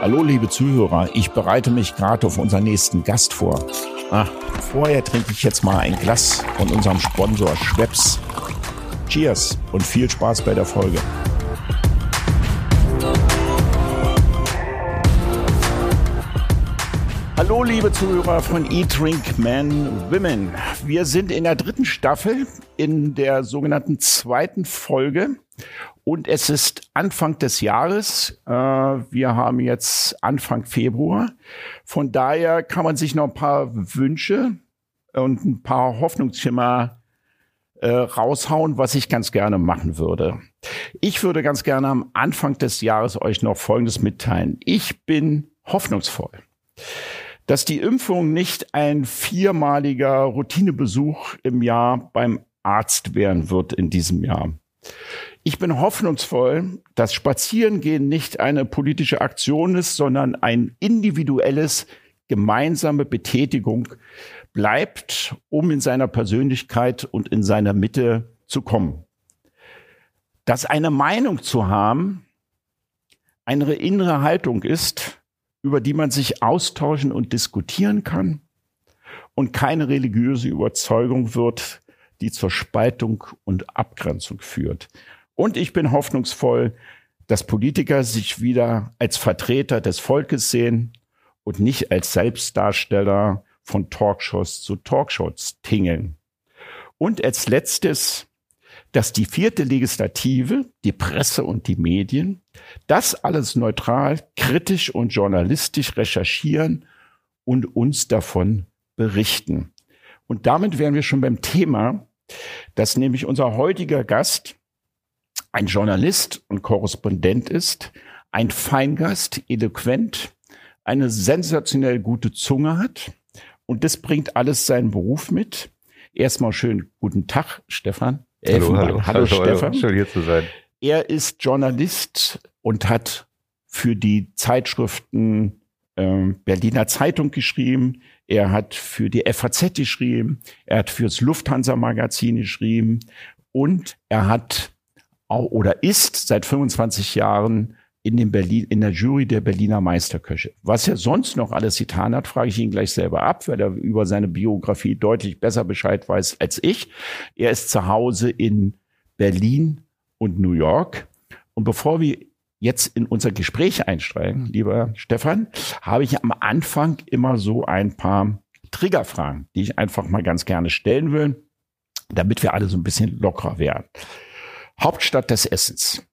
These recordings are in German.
Hallo liebe Zuhörer, ich bereite mich gerade auf unseren nächsten Gast vor. Vorher trinke ich jetzt mal ein Glas von unserem Sponsor Schweppes. Cheers und viel Spaß bei der Folge. Hallo liebe Zuhörer von Eat, Drink, Men, Women. Wir sind in der 3. Staffel, in der sogenannten 2. Folge. Und es ist Anfang des Jahres. Wir haben jetzt Anfang Februar. Von daher kann man sich noch ein paar Wünsche und ein paar Hoffnungsschimmer raushauen, was ich ganz gerne machen würde. Ich würde ganz gerne am Anfang des Jahres euch noch Folgendes mitteilen. Ich bin hoffnungsvoll, dass die Impfung nicht ein 4-maliger Routinebesuch im Jahr beim Arzt werden wird in diesem Jahr. Ich bin hoffnungsvoll, dass Spazierengehen nicht eine politische Aktion ist, sondern ein individuelles, gemeinsame Betätigung bleibt, um in seiner Persönlichkeit und in seiner Mitte zu kommen. Dass eine Meinung zu haben, eine innere Haltung ist, über die man sich austauschen und diskutieren kann und keine religiöse Überzeugung wird, die zur Spaltung und Abgrenzung führt. Und ich bin hoffnungsvoll, dass Politiker sich wieder als Vertreter des Volkes sehen und nicht als Selbstdarsteller von Talkshows zu Talkshows tingeln. Und als letztes, dass die 4. Legislative, die Presse und die Medien, das alles neutral, kritisch und journalistisch recherchieren und uns davon berichten. Und damit wären wir schon beim Thema, dass nämlich unser heutiger Gast ein Journalist und Korrespondent ist, ein Feingast, eloquent, eine sensationell gute Zunge hat. Und das bringt alles seinen Beruf mit. Erstmal schön guten Tag, Stefan. Hallo, Stefan. Schön hier zu sein. Er ist Journalist und hat für die Zeitschriften Berliner Zeitung geschrieben. Er hat für die FAZ geschrieben. Er hat fürs Lufthansa-Magazin geschrieben. Und er hat oder ist seit 25 Jahren in der Jury der Berliner Meisterköche. Was er sonst noch alles getan hat, frage ich ihn gleich selber ab, weil er über seine Biografie deutlich besser Bescheid weiß als ich. Er ist zu Hause in Berlin und New York. Und bevor wir jetzt in unser Gespräch einsteigen, lieber Stefan, habe ich am Anfang immer so ein paar Triggerfragen, die ich einfach mal ganz gerne stellen will, damit wir alle so ein bisschen lockerer werden. Hauptstadt des Essens.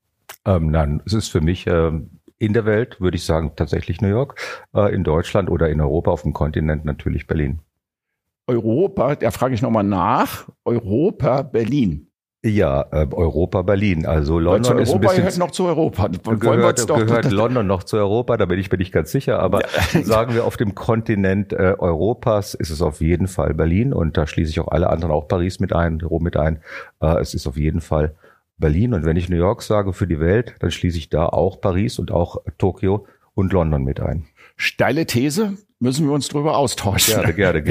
Nein, es ist für mich in der Welt, würde ich sagen, tatsächlich New York. In Deutschland oder in Europa auf dem Kontinent natürlich Berlin. Europa, da frage ich nochmal nach. Europa, Berlin. Ja, Europa, Berlin. Also London ist ein bisschen... gehört noch zu Europa. Gehört London noch zu Europa, da bin ich nicht ganz sicher. Aber sagen wir, auf dem Kontinent Europas ist es auf jeden Fall Berlin. Und da schließe ich auch alle anderen, auch Paris mit ein, Rom mit ein. Es ist auf jeden Fall Berlin. Und wenn ich New York sage für die Welt, dann schließe ich da auch Paris und auch Tokio und London mit ein. Steile These, müssen wir uns drüber austauschen. Gerne.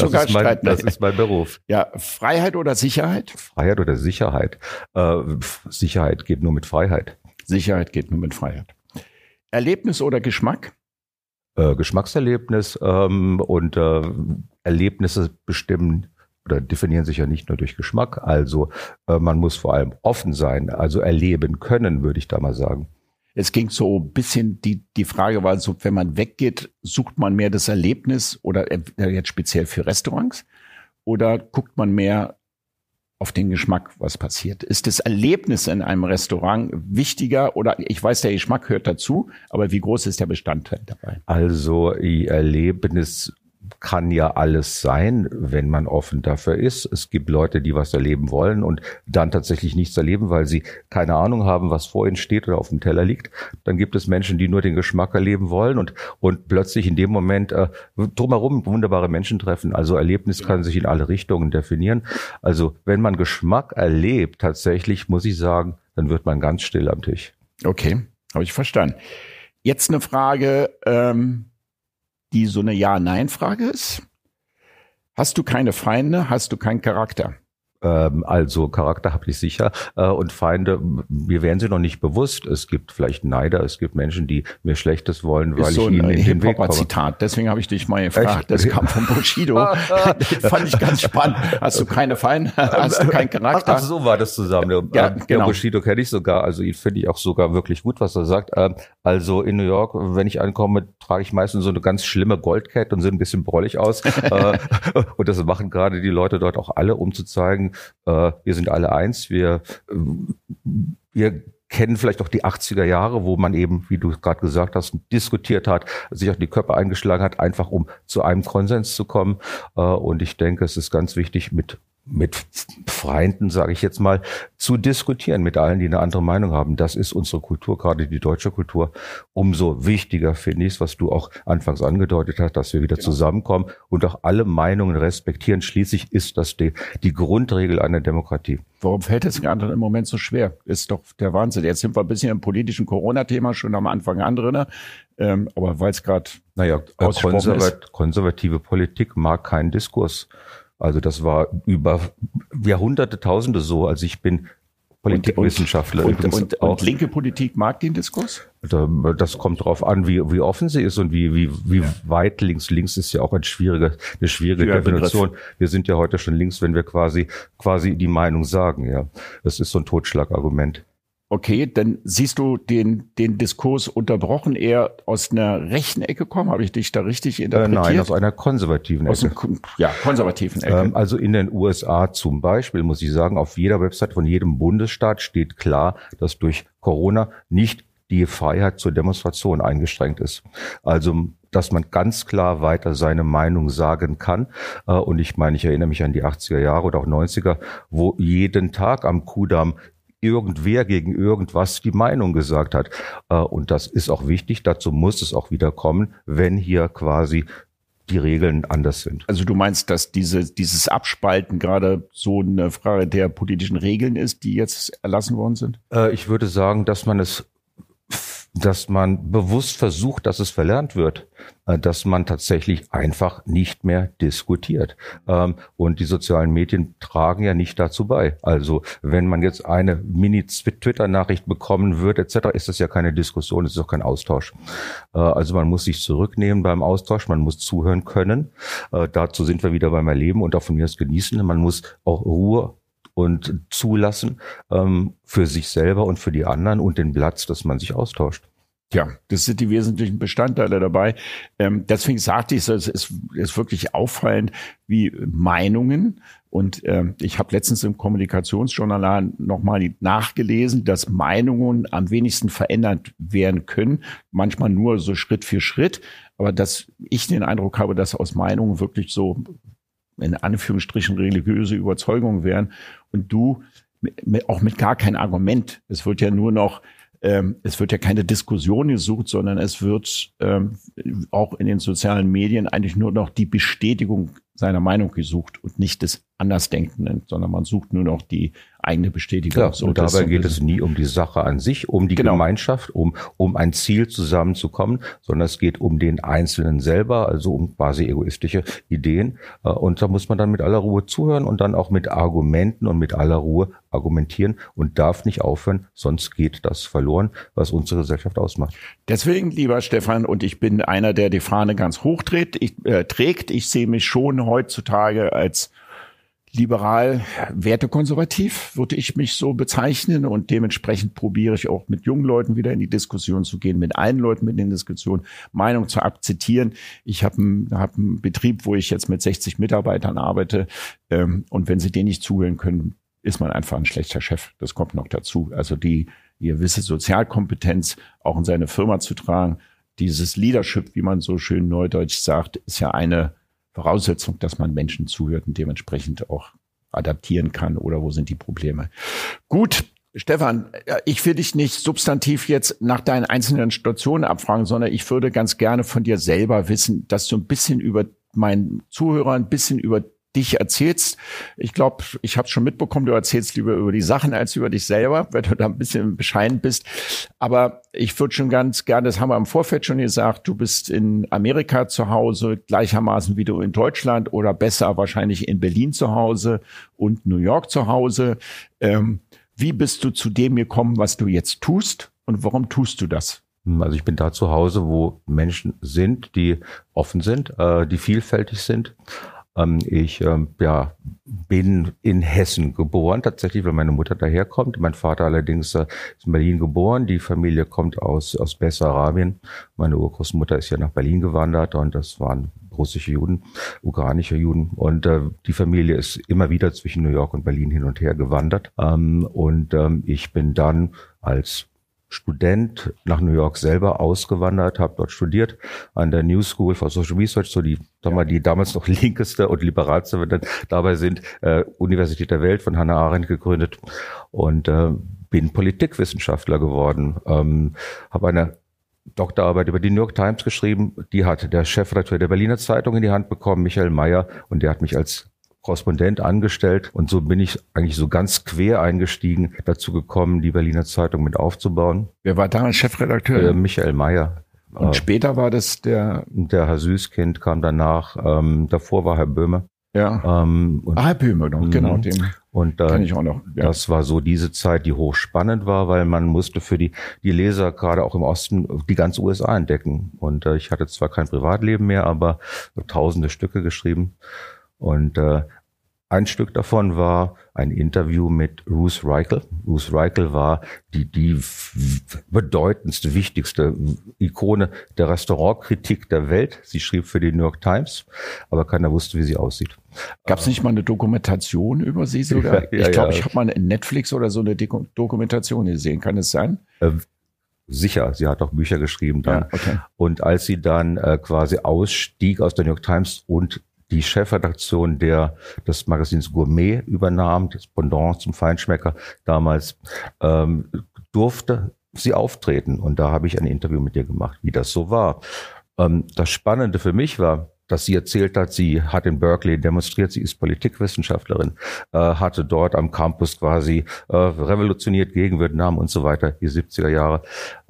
Das ist mein Beruf. Ja, Freiheit oder Sicherheit? Freiheit oder Sicherheit? Sicherheit geht nur mit Freiheit. Sicherheit geht nur mit Freiheit. Erlebnis oder Geschmack? Geschmackserlebnis und Erlebnisse bestimmen oder definieren sich ja nicht nur durch Geschmack. Also man muss vor allem offen sein, also erleben können, würde ich da mal sagen. Es ging so ein bisschen, die Frage war so, wenn man weggeht, sucht man mehr das Erlebnis oder jetzt speziell für Restaurants oder guckt man mehr auf den Geschmack, was passiert? Ist das Erlebnis in einem Restaurant wichtiger oder ich weiß, der Geschmack gehört dazu, aber wie groß ist der Bestandteil dabei? Also Erlebnis kann ja alles sein, wenn man offen dafür ist. Es gibt Leute, die was erleben wollen und dann tatsächlich nichts erleben, weil sie keine Ahnung haben, was vor ihnen steht oder auf dem Teller liegt. Dann gibt es Menschen, die nur den Geschmack erleben wollen und plötzlich in dem Moment drumherum wunderbare Menschen treffen. Also Erlebnis kann sich in alle Richtungen definieren. Also wenn man Geschmack erlebt, tatsächlich muss ich sagen, dann wird man ganz still am Tisch. Okay, habe ich verstanden. Jetzt eine Frage, die so eine Ja-Nein-Frage ist. Hast du keine Feinde, hast du keinen Charakter? Also Charakter habe ich sicher und Feinde, mir wären sie noch nicht bewusst. Es gibt vielleicht Neider, es gibt Menschen, die mir Schlechtes wollen, weil so ich ihnen in den Weg komme. Zitat. Deswegen habe ich dich mal gefragt. Das kam von Bushido. Fand ich ganz spannend. Hast du keine Feinde? Hast du keinen Charakter? Ach, so war das zusammen. Ja, genau. Der Bushido kenne ich sogar. Also ihn finde ich auch sogar wirklich gut, was er sagt. Also in New York, wenn ich ankomme, trage ich meistens so eine ganz schlimme Goldkette und sehe ein bisschen bräulich aus. Und das machen gerade die Leute dort auch alle, um zu zeigen, wir sind alle eins, wir kennen vielleicht auch die 80er Jahre, wo man eben, wie du gerade gesagt hast, diskutiert hat, sich auch die Köpfe eingeschlagen hat, einfach um zu einem Konsens zu kommen. Und ich denke, es ist ganz wichtig, mit Freunden, sage ich jetzt mal, zu diskutieren mit allen, die eine andere Meinung haben. Das ist unsere Kultur, gerade die deutsche Kultur. Umso wichtiger finde ich es, was du auch anfangs angedeutet hast, dass wir wieder zusammenkommen und auch alle Meinungen respektieren. Schließlich ist das die Grundregel einer Demokratie. Warum fällt es gerade im Moment so schwer? Ist doch der Wahnsinn. Jetzt sind wir ein bisschen im politischen Corona-Thema schon am Anfang an drin, aber weil es gerade konservative Politik mag keinen Diskurs. Also das war über Jahrhunderte, Tausende so. Also ich bin Politikwissenschaftler. Und linke Politik mag den Diskurs? Das kommt darauf an, wie offen sie ist und wie weit links. Links ist ja auch eine schwierige Definition. Wir sind ja heute schon links, wenn wir quasi die Meinung sagen. Ja, das ist so ein Totschlagargument. Okay, dann siehst du den Diskurs unterbrochen eher aus einer rechten Ecke kommen? Habe ich dich da richtig interpretiert? Nein, aus einer konservativen Ecke. Konservativen Ecke. Also in den USA zum Beispiel, muss ich sagen, auf jeder Website von jedem Bundesstaat steht klar, dass durch Corona nicht die Freiheit zur Demonstration eingeschränkt ist. Also dass man ganz klar weiter seine Meinung sagen kann. Und ich meine, ich erinnere mich an die 80er Jahre oder auch 90er, wo jeden Tag am Kudamm irgendwer gegen irgendwas die Meinung gesagt hat. Und das ist auch wichtig. Dazu muss es auch wieder kommen, wenn hier quasi die Regeln anders sind. Also du meinst, dass dieses Abspalten gerade so eine Frage der politischen Regeln ist, die jetzt erlassen worden sind? Ich würde sagen, dass man bewusst versucht, dass es verlernt wird, dass man tatsächlich einfach nicht mehr diskutiert. Und die sozialen Medien tragen ja nicht dazu bei. Also wenn man jetzt eine Mini-Twitter-Nachricht bekommen wird etc., ist das ja keine Diskussion, es ist auch kein Austausch. Also man muss sich zurücknehmen beim Austausch, man muss zuhören können. Dazu sind wir wieder beim Erleben und auch von mir aus genießen. Man muss auch Ruhe und zulassen für sich selber und für die anderen und den Platz, dass man sich austauscht. Ja, das sind die wesentlichen Bestandteile dabei. Deswegen sagte ich, es ist wirklich auffallend, wie Meinungen, und ich habe letztens im Kommunikationsjournal nochmal nachgelesen, dass Meinungen am wenigsten verändert werden können, manchmal nur so Schritt für Schritt, aber dass ich den Eindruck habe, dass aus Meinungen wirklich so in Anführungsstrichen religiöse Überzeugungen wären und du auch mit gar kein Argument. Es wird ja keine Diskussion gesucht, sondern es wird auch in den sozialen Medien eigentlich nur noch die Bestätigung seiner Meinung gesucht und nicht des Andersdenkenden, sondern man sucht nur noch die eigene Bestätigung. Klar, so, und dabei geht es nie um die Sache an sich, um die Gemeinschaft, um ein Ziel zusammenzukommen, sondern es geht um den Einzelnen selber, also um quasi egoistische Ideen. Und da muss man dann mit aller Ruhe zuhören und dann auch mit Argumenten und mit aller Ruhe argumentieren und darf nicht aufhören, sonst geht das verloren, was unsere Gesellschaft ausmacht. Deswegen, lieber Stefan, und ich bin einer, der die Fahne ganz hoch trägt. Ich sehe mich schon heutzutage als liberal wertekonservativ, würde ich mich so bezeichnen, und dementsprechend probiere ich auch mit jungen Leuten wieder in die Diskussion zu gehen, mit allen Leuten mit in die Diskussion, Meinung zu akzeptieren. Ich habe einen Betrieb, wo ich jetzt mit 60 Mitarbeitern arbeite, und wenn sie denen nicht zuhören können, ist man einfach ein schlechter Chef. Das kommt noch dazu. Also die gewisse Sozialkompetenz auch in seine Firma zu tragen, dieses Leadership, wie man so schön neudeutsch sagt, ist ja eine Voraussetzung, dass man Menschen zuhört und dementsprechend auch adaptieren kann, oder wo sind die Probleme. Gut, Stefan, ich will dich nicht substantiv jetzt nach deinen einzelnen Stationen abfragen, sondern ich würde ganz gerne von dir selber wissen, dass du ein bisschen über meinen Zuhörern, ein bisschen über dich erzählst. Ich glaube, ich habe schon mitbekommen, du erzählst lieber über die Sachen als über dich selber, weil du da ein bisschen bescheiden bist. Aber ich würde schon ganz gerne, das haben wir im Vorfeld schon gesagt, du bist in Amerika zu Hause, gleichermaßen wie du in Deutschland oder besser wahrscheinlich in Berlin zu Hause und New York zu Hause. Wie bist du zu dem gekommen, was du jetzt tust und warum tust du das? Also ich bin da zu Hause, wo Menschen sind, die offen sind, die vielfältig sind. Ich bin in Hessen geboren, tatsächlich, weil meine Mutter daherkommt. Mein Vater allerdings ist in Berlin geboren. Die Familie kommt aus Bessarabien. Meine Urgroßmutter ist ja nach Berlin gewandert und das waren russische Juden, ukrainische Juden. Und die Familie ist immer wieder zwischen New York und Berlin hin und her gewandert. Ich bin dann als Student nach New York selber ausgewandert, habe dort studiert an der New School for Social Research, so die damals noch linkeste und liberalste, wenn dann dabei sind, Universität der Welt von Hannah Arendt gegründet und bin Politikwissenschaftler geworden, habe eine Doktorarbeit über die New York Times geschrieben, die hat der Chefredakteur der Berliner Zeitung in die Hand bekommen, Michael Mayer, und der hat mich als Korrespondent angestellt und so bin ich eigentlich so ganz quer eingestiegen, dazu gekommen, die Berliner Zeitung mit aufzubauen. Wer war damals Chefredakteur? Michael Mayer. Und später war das der Herr Süßkind kam danach, davor war Herr Böhme. Ja. Herr Böhme, genau, den kenne ich auch noch. Ja. Das war so diese Zeit, die hochspannend war, weil man musste für die Leser gerade auch im Osten die ganze USA entdecken. Und ich hatte zwar kein Privatleben mehr, aber tausende Stücke geschrieben. Und ein Stück davon war ein Interview mit Ruth Reichl. Ruth Reichl war die bedeutendste, wichtigste Ikone der Restaurantkritik der Welt. Sie schrieb für die New York Times, aber keiner wusste, wie sie aussieht. Gab es nicht mal eine Dokumentation über sie sogar? Ich glaube, ich habe mal in Netflix oder so eine Dokumentation gesehen. Kann es sein? Sicher, sie hat auch Bücher geschrieben dann. Ja, okay. Und als sie dann quasi ausstieg aus der New York Times und die Chefredaktion des Magazins Gourmet übernahm, das Pendant zum Feinschmecker damals, durfte sie auftreten. Und da habe ich ein Interview mit ihr gemacht, wie das so war. Das Spannende für mich war, dass sie erzählt hat, sie hat in Berkeley demonstriert, sie ist Politikwissenschaftlerin, hatte dort am Campus quasi revolutioniert gegen Vietnam und so weiter, die 70er Jahre.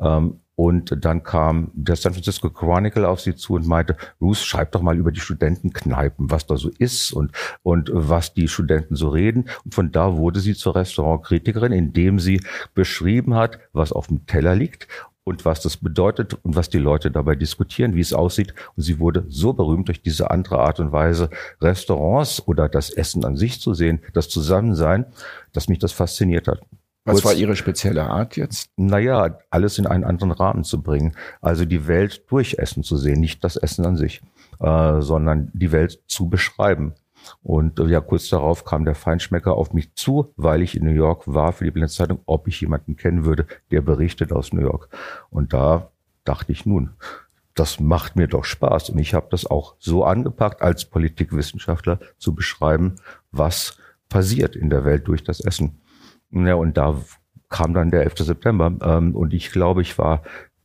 Und dann kam der San Francisco Chronicle auf sie zu und meinte, Ruth, schreib doch mal über die Studentenkneipen, was da so ist und was die Studenten so reden. Und von da wurde sie zur Restaurantkritikerin, indem sie beschrieben hat, was auf dem Teller liegt und was das bedeutet und was die Leute dabei diskutieren, wie es aussieht. Und sie wurde so berühmt durch diese andere Art und Weise, Restaurants oder das Essen an sich zu sehen, das Zusammensein, dass mich das fasziniert hat. Was war Ihre spezielle Art jetzt? Naja, alles in einen anderen Rahmen zu bringen. Also die Welt durch Essen zu sehen, nicht das Essen an sich, sondern die Welt zu beschreiben. Und ja, kurz darauf kam der Feinschmecker auf mich zu, weil ich in New York war für die Berliner Zeitung, ob ich jemanden kennen würde, der berichtet aus New York. Und da dachte ich, nun, das macht mir doch Spaß. Und ich habe das auch so angepackt, als Politikwissenschaftler zu beschreiben, was passiert in der Welt durch das Essen. Ja, und da kam dann der 11. September und ich glaube, ich war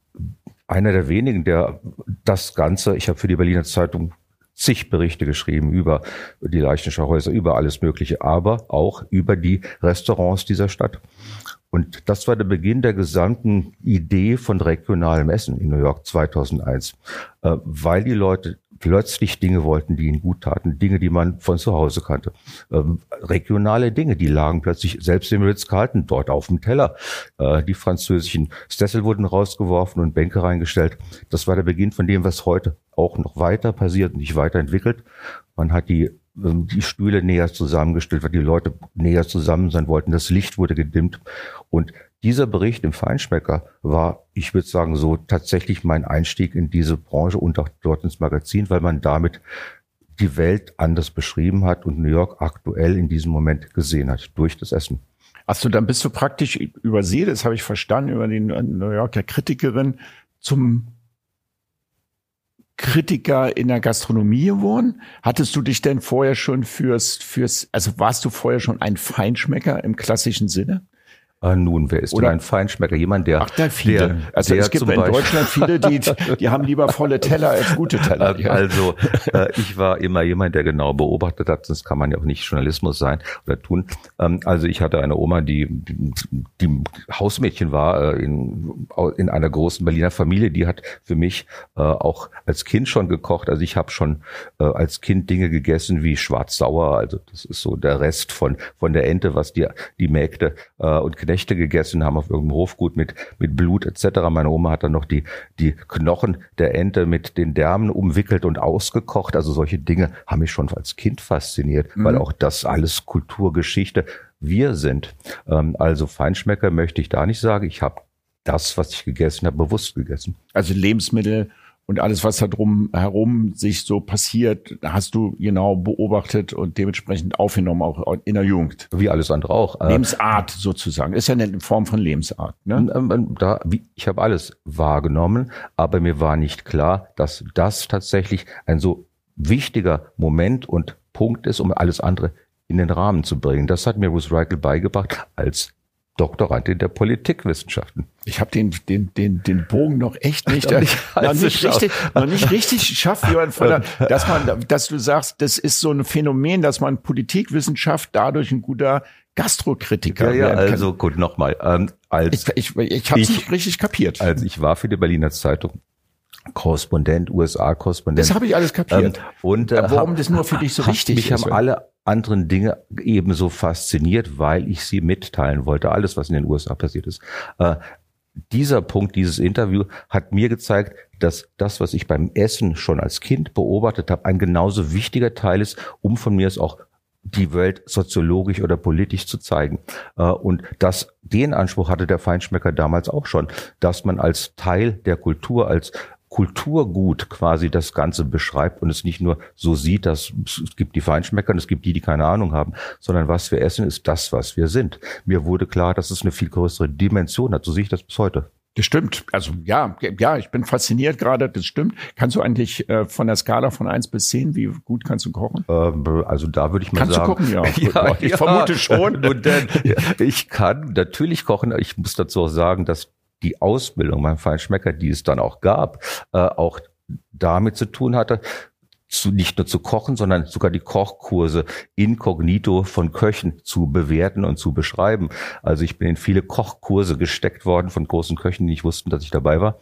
einer der wenigen, der das Ganze, ich habe für die Berliner Zeitung zig Berichte geschrieben über die Leichenschauhäuser, über alles Mögliche, aber auch über die Restaurants dieser Stadt. Und das war der Beginn der gesamten Idee von regionalem Essen in New York 2001, weil die Leute plötzlich Dinge wollten, die ihnen gut taten, Dinge, die man von zu Hause kannte. Regionale Dinge, die lagen plötzlich selbst im Ritz-Carlton dort auf dem Teller. Die französischen Sessel wurden rausgeworfen und Bänke reingestellt. Das war der Beginn von dem, was heute auch noch weiter passiert und sich weiterentwickelt. Man hat die Stühle näher zusammengestellt, weil die Leute näher zusammen sein wollten. Das Licht wurde gedimmt. Und dieser Bericht im Feinschmecker war, ich würde sagen, so tatsächlich mein Einstieg in diese Branche und auch dort ins Magazin, weil man damit die Welt anders beschrieben hat und New York aktuell in diesem Moment gesehen hat, durch das Essen. Achso, dann bist du praktisch über sie, das habe ich verstanden, über die New Yorker Kritikerin zum Kritiker in der Gastronomie geworden. Hattest du dich denn vorher schon also warst du vorher schon ein Feinschmecker im klassischen Sinne? Nun, wer ist denn ein Feinschmecker? Jemand, der... Ach, da viele. Also es gibt in Deutschland viele, die haben lieber volle Teller als gute Teller. Ja. Also ich war immer jemand, der genau beobachtet hat, das kann man ja auch nicht Journalismus sein oder tun. Also ich hatte eine Oma, die Hausmädchen war in einer großen Berliner Familie, die hat für mich auch als Kind schon gekocht. Also ich habe schon als Kind Dinge gegessen wie schwarz-sauer, also das ist so der Rest von der Ente, was die Mägde und Knechte gegessen haben auf irgendeinem Hofgut mit Blut etc. Meine Oma hat dann noch die Knochen der Ente mit den Därmen umwickelt und ausgekocht. Also solche Dinge haben mich schon als Kind fasziniert, weil auch das alles Kulturgeschichte wir sind. Also Feinschmecker möchte ich da nicht sagen. Ich habe das, was ich gegessen habe, bewusst gegessen. Also Lebensmittel und alles, was da drum herum sich so passiert, hast du genau beobachtet und dementsprechend aufgenommen, auch in der Jugend. Wie alles andere auch. Lebensart sozusagen. Ist ja eine Form von Lebensart. Ne? Ich habe alles wahrgenommen, aber mir war nicht klar, dass das tatsächlich ein so wichtiger Moment und Punkt ist, um alles andere in den Rahmen zu bringen. Das hat mir Ruth Reichl beigebracht als Doktorandin der Politikwissenschaften. Ich habe den Bogen noch echt nicht richtig geschafft, Johann Völler, dass du sagst, das ist so ein Phänomen, dass man Politikwissenschaft dadurch ein guter Gastrokritiker werden kann. Also gut, nochmal. Ich habe es nicht richtig kapiert. Also ich war für die Berliner Zeitung Korrespondent, USA-Korrespondent. Das habe ich alles kapiert. Warum das nur für dich so wichtig ist? Mich haben alle anderen Dinge ebenso fasziniert, weil ich sie mitteilen wollte. Alles, was in den USA passiert ist. Dieser Punkt, dieses Interview hat mir gezeigt, dass das, was ich beim Essen schon als Kind beobachtet habe, ein genauso wichtiger Teil ist, um von mir aus auch die Welt soziologisch oder politisch zu zeigen. Und den Anspruch hatte der Feinschmecker damals auch schon, dass man als Teil der Kultur, als Kulturgut quasi das Ganze beschreibt und es nicht nur so sieht, dass es gibt die Feinschmecker und es gibt die keine Ahnung haben, sondern was wir essen, ist das, was wir sind. Mir wurde klar, dass es eine viel größere Dimension hat. So sehe ich das bis heute. Das stimmt. Also ja, ich bin fasziniert gerade, das stimmt. Kannst du eigentlich von der Skala von 1 bis 10, wie gut kannst du kochen? Also da würde ich mal sagen. Kannst du kochen? Ja, ich vermute schon. Ich kann natürlich kochen. Ich muss dazu auch sagen, dass die Ausbildung beim Feinschmecker, die es dann auch gab, auch damit zu tun hatte, nicht nur zu kochen, sondern sogar die Kochkurse inkognito von Köchen zu bewerten und zu beschreiben. Also ich bin in viele Kochkurse gesteckt worden von großen Köchen, die nicht wussten, dass ich dabei war.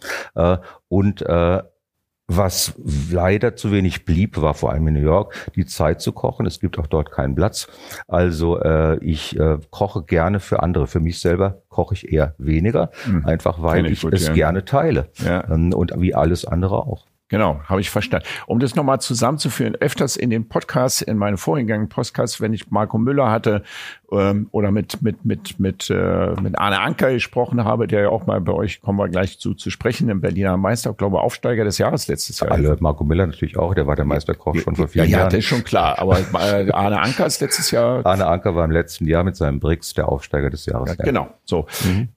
Was leider zu wenig blieb, war vor allem in New York die Zeit zu kochen. Es gibt auch dort keinen Platz. Also ich koche gerne für andere. Für mich selber koche ich eher weniger, einfach weil ich es gerne teile. Ja. Und wie alles andere auch. Genau, habe ich verstanden. Um das nochmal zusammenzuführen, öfters in den Podcasts, in meinen vorherigen Podcasts, wenn ich Marco Müller hatte oder mit Arne Anker gesprochen habe, der ja auch mal bei euch, kommen wir gleich zu sprechen, im Berliner Meister, glaube Aufsteiger des Jahres letztes Jahr. Marco Müller natürlich auch, der war der Meisterkoch schon vor 4 Jahren. Ja, das ist schon klar, aber Arne Anker ist letztes Jahr. Arne Anker war im letzten Jahr mit seinem Brix der Aufsteiger des Jahres. Ja, genau, so.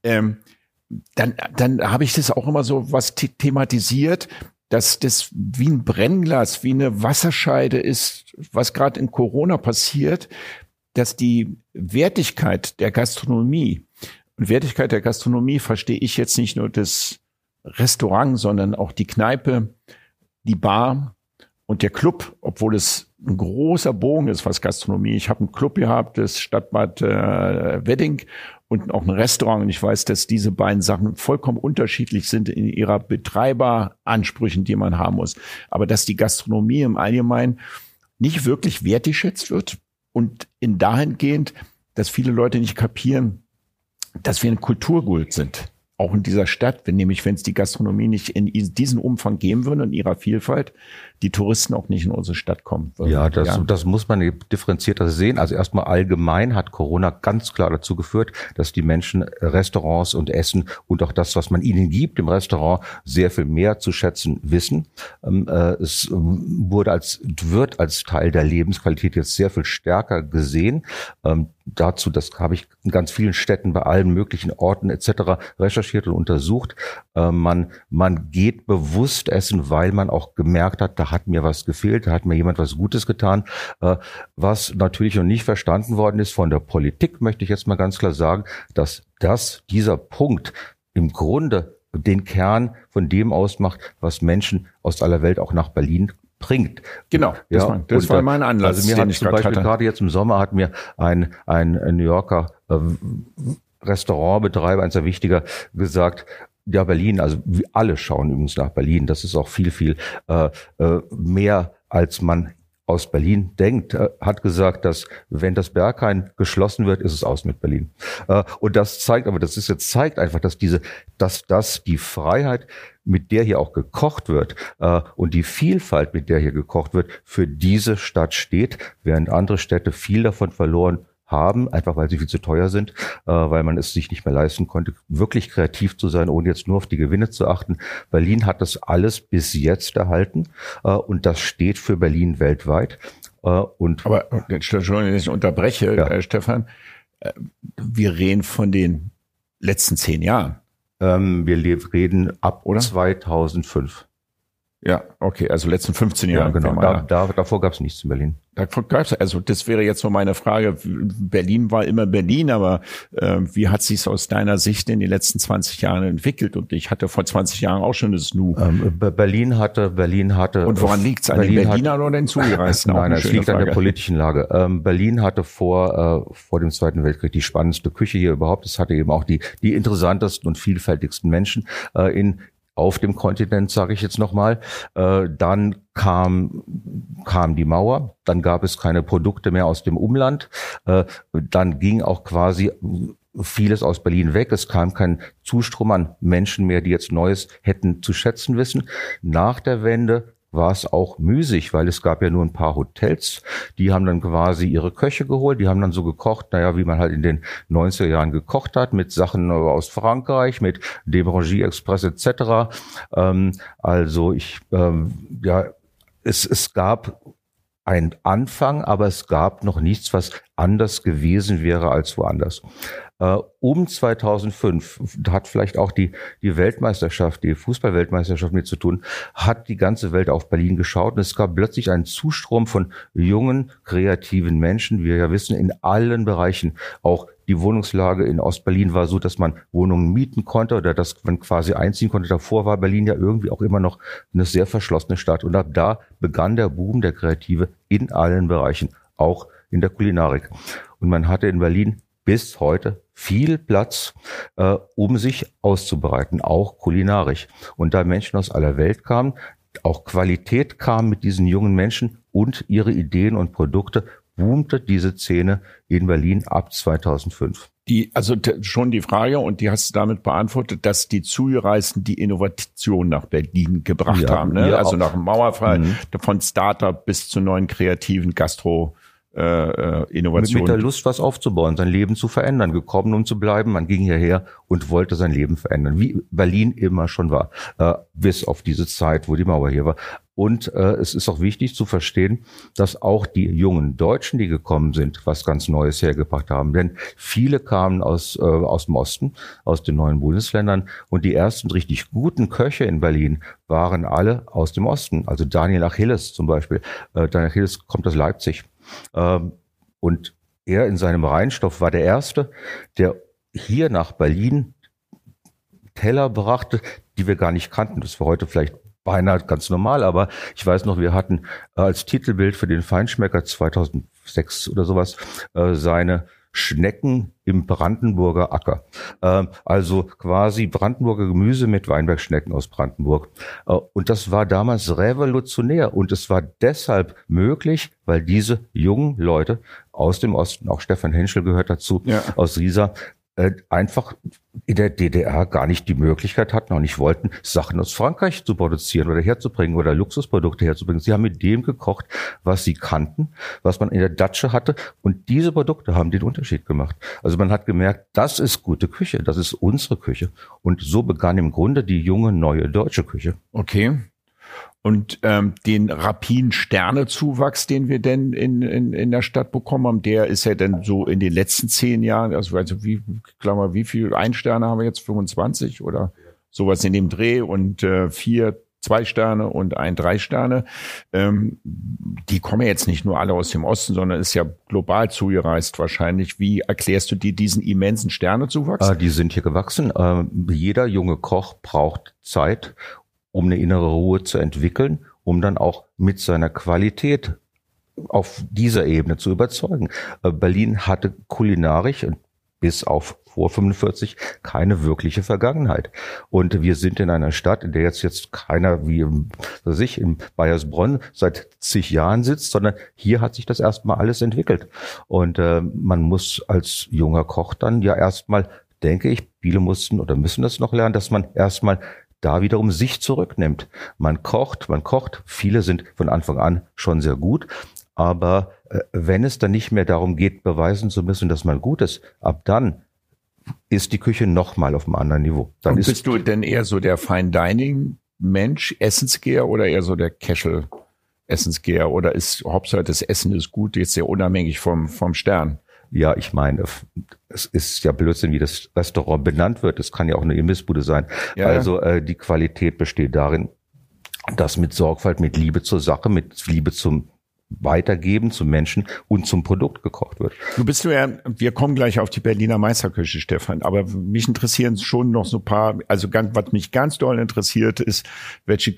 Dann habe ich das auch immer so was thematisiert, dass das wie ein Brennglas, wie eine Wasserscheide ist, was gerade in Corona passiert, dass die Wertigkeit der Gastronomie, und Wertigkeit der Gastronomie verstehe ich jetzt nicht nur das Restaurant, sondern auch die Kneipe, die Bar und der Club, obwohl es ein großer Bogen ist, was Gastronomie. Ich habe einen Club gehabt, das Stadtbad Wedding, und auch ein Restaurant. Und ich weiß, dass diese beiden Sachen vollkommen unterschiedlich sind in ihrer Betreiberansprüchen, die man haben muss. Aber dass die Gastronomie im Allgemeinen nicht wirklich wertgeschätzt wird und in dahingehend, dass viele Leute nicht kapieren, dass wir ein Kulturgut sind. Auch in dieser Stadt, wenn es die Gastronomie nicht in diesen Umfang geben würde, in ihrer Vielfalt, die Touristen auch nicht in unsere Stadt kommen würden. Ja, das muss man differenzierter sehen. Also erstmal allgemein hat Corona ganz klar dazu geführt, dass die Menschen Restaurants und Essen und auch das, was man ihnen gibt im Restaurant, sehr viel mehr zu schätzen wissen. Es wird als Teil der Lebensqualität jetzt sehr viel stärker gesehen. Dazu, das habe ich in ganz vielen Städten bei allen möglichen Orten etc. recherchiert. recherchiert und untersucht. Man geht bewusst essen, weil man auch gemerkt hat, da hat mir was gefehlt, da hat mir jemand was Gutes getan. Was natürlich noch nicht verstanden worden ist von der Politik, möchte ich jetzt mal ganz klar sagen, dass dieser Punkt im Grunde den Kern von dem ausmacht, was Menschen aus aller Welt auch nach Berlin bringt. Genau, das war mein Anlass. Also mir hat zum Beispiel gerade jetzt im Sommer hat mir ein New Yorker Restaurantbetreiber, ein sehr wichtiger, gesagt, ja, Berlin, also wir alle schauen übrigens nach Berlin. Das ist auch viel mehr, als man aus Berlin denkt, hat gesagt, dass wenn das Berghain geschlossen wird, ist es aus mit Berlin. Und das zeigt einfach, dass die Freiheit, mit der hier auch gekocht wird, und die Vielfalt, mit der hier gekocht wird, für diese Stadt steht, während andere Städte viel davon verloren haben, einfach weil sie viel zu teuer sind, weil man es sich nicht mehr leisten konnte, wirklich kreativ zu sein, ohne jetzt nur auf die Gewinne zu achten. Berlin hat das alles bis jetzt erhalten, und das steht für Berlin weltweit. Aber, Entschuldigung, wenn ich unterbreche, ja. Stefan, wir reden von den letzten 10 Jahren. Wir reden ab 2005. Ja, okay, also letzten 15 Jahre. Ja, genau. Davor gab es nichts in Berlin. Also das wäre jetzt so meine Frage. Berlin war immer Berlin, aber wie hat sich's aus deiner Sicht in den letzten 20 Jahren entwickelt? Und ich hatte vor 20 Jahren auch schon das Nu. Berlin hatte. Und woran liegt's? An den Berlinern oder den Zugereisten? Nein, es liegt an der politischen Lage. Berlin hatte vor dem Zweiten Weltkrieg die spannendste Küche hier überhaupt. Es hatte eben auch die interessantesten und vielfältigsten Menschen auf dem Kontinent, sage ich jetzt nochmal. Dann kam die Mauer, dann gab es keine Produkte mehr aus dem Umland, dann ging auch quasi vieles aus Berlin weg. Es kam kein Zustrom an Menschen mehr, die jetzt Neues hätten zu schätzen wissen. Nach der Wende war es auch müßig, weil es gab ja nur ein paar Hotels, die haben dann quasi ihre Köche geholt, die haben dann so gekocht, wie man halt in den 90er Jahren gekocht hat, mit Sachen aus Frankreich, mit dem Rangy Express etc. Es gab einen Anfang, aber es gab noch nichts, was anders gewesen wäre als woanders. Um 2005 hat vielleicht auch die Weltmeisterschaft, die Fußball-Weltmeisterschaft mit zu tun, hat die ganze Welt auf Berlin geschaut und es gab plötzlich einen Zustrom von jungen, kreativen Menschen. Wir ja wissen, in allen Bereichen, auch die Wohnungslage in Ostberlin war so, dass man Wohnungen mieten konnte oder dass man quasi einziehen konnte. Davor war Berlin ja irgendwie auch immer noch eine sehr verschlossene Stadt und ab da begann der Boom der Kreative in allen Bereichen, auch in der Kulinarik. Und man hatte in Berlin bis heute viel Platz, um sich auszubreiten, auch kulinarisch. Und da Menschen aus aller Welt kamen, auch Qualität kam mit diesen jungen Menschen und ihre Ideen und Produkte, boomte diese Szene in Berlin ab 2005. Schon die Frage, und die hast du damit beantwortet, dass die Zugereisten die Innovation nach Berlin gebracht haben. Ne? Ja, also nach dem Mauerfall, von Startup bis zu neuen kreativen Gastro-Innovationen. Mit der Lust, was aufzubauen, sein Leben zu verändern, gekommen, um zu bleiben. Man ging hierher und wollte sein Leben verändern, wie Berlin immer schon war, bis auf diese Zeit, wo die Mauer hier war. Und es ist auch wichtig zu verstehen, dass auch die jungen Deutschen, die gekommen sind, was ganz Neues hergebracht haben. Denn viele kamen aus dem Osten, aus den neuen Bundesländern. Und die ersten richtig guten Köche in Berlin waren alle aus dem Osten. Also Daniel Achilles zum Beispiel. Daniel Achilles kommt aus Leipzig. Und er in seinem Reinstoff war der Erste, der hier nach Berlin Teller brachte, die wir gar nicht kannten. Das war heute vielleicht beinahe ganz normal, aber ich weiß noch, wir hatten als Titelbild für den Feinschmecker 2006 oder sowas seine Schnecken im Brandenburger Acker. Also quasi Brandenburger Gemüse mit Weinbergschnecken aus Brandenburg. Und das war damals revolutionär und es war deshalb möglich, weil diese jungen Leute aus dem Osten, auch Stefan Henschel gehört dazu, aus Riesa, einfach in der DDR gar nicht die Möglichkeit hatten, auch nicht wollten, Sachen aus Frankreich zu produzieren oder herzubringen oder Luxusprodukte herzubringen. Sie haben mit dem gekocht, was sie kannten, was man in der Datsche hatte und diese Produkte haben den Unterschied gemacht. Also man hat gemerkt, das ist gute Küche, das ist unsere Küche und so begann im Grunde die junge, neue deutsche Küche. Okay. Und den rapiden Sternezuwachs, den wir denn in der Stadt bekommen haben, der ist ja dann so in den letzten 10 Jahren, also wie viel 1 Sterne haben wir jetzt, 25 oder sowas in dem Dreh und 4 2 Sterne und 1 3 Sterne. Die kommen ja jetzt nicht nur alle aus dem Osten, sondern ist ja global zugereist wahrscheinlich. Wie erklärst du dir diesen immensen Sternezuwachs? Die sind hier gewachsen. Jeder junge Koch braucht Zeit, um eine innere Ruhe zu entwickeln, um dann auch mit seiner Qualität auf dieser Ebene zu überzeugen. Berlin hatte kulinarisch und bis auf vor 45 keine wirkliche Vergangenheit. Und wir sind in einer Stadt, in der jetzt keiner wie in Baiersbronn seit zig Jahren sitzt, sondern hier hat sich das erstmal alles entwickelt. Und man muss als junger Koch dann ja erstmal, denke ich, viele mussten oder müssen das noch lernen, dass man erstmal da wiederum sich zurücknimmt. Man kocht. Viele sind von Anfang an schon sehr gut. Aber wenn es dann nicht mehr darum geht, beweisen zu müssen, dass man gut ist, ab dann ist die Küche nochmal auf einem anderen Niveau. Dann Und bist du denn eher so der Fine-Dining-Mensch, Essensgeher oder eher so der Casual-Essensgeher? Oder ist Hauptsache das Essen ist gut, jetzt sehr unabhängig vom Stern? Ja, ich meine, es ist ja Blödsinn, wie das Restaurant benannt wird. Es kann ja auch eine Imbissbude sein. Ja, also die Qualität besteht darin, dass mit Sorgfalt, mit Liebe zur Sache, mit Liebe zum Weitergeben zum Menschen und zum Produkt gekocht wird. Wir kommen gleich auf die Berliner Meisterküche, Stefan, aber mich interessieren schon noch so ein paar, also was mich ganz doll interessiert ist, welche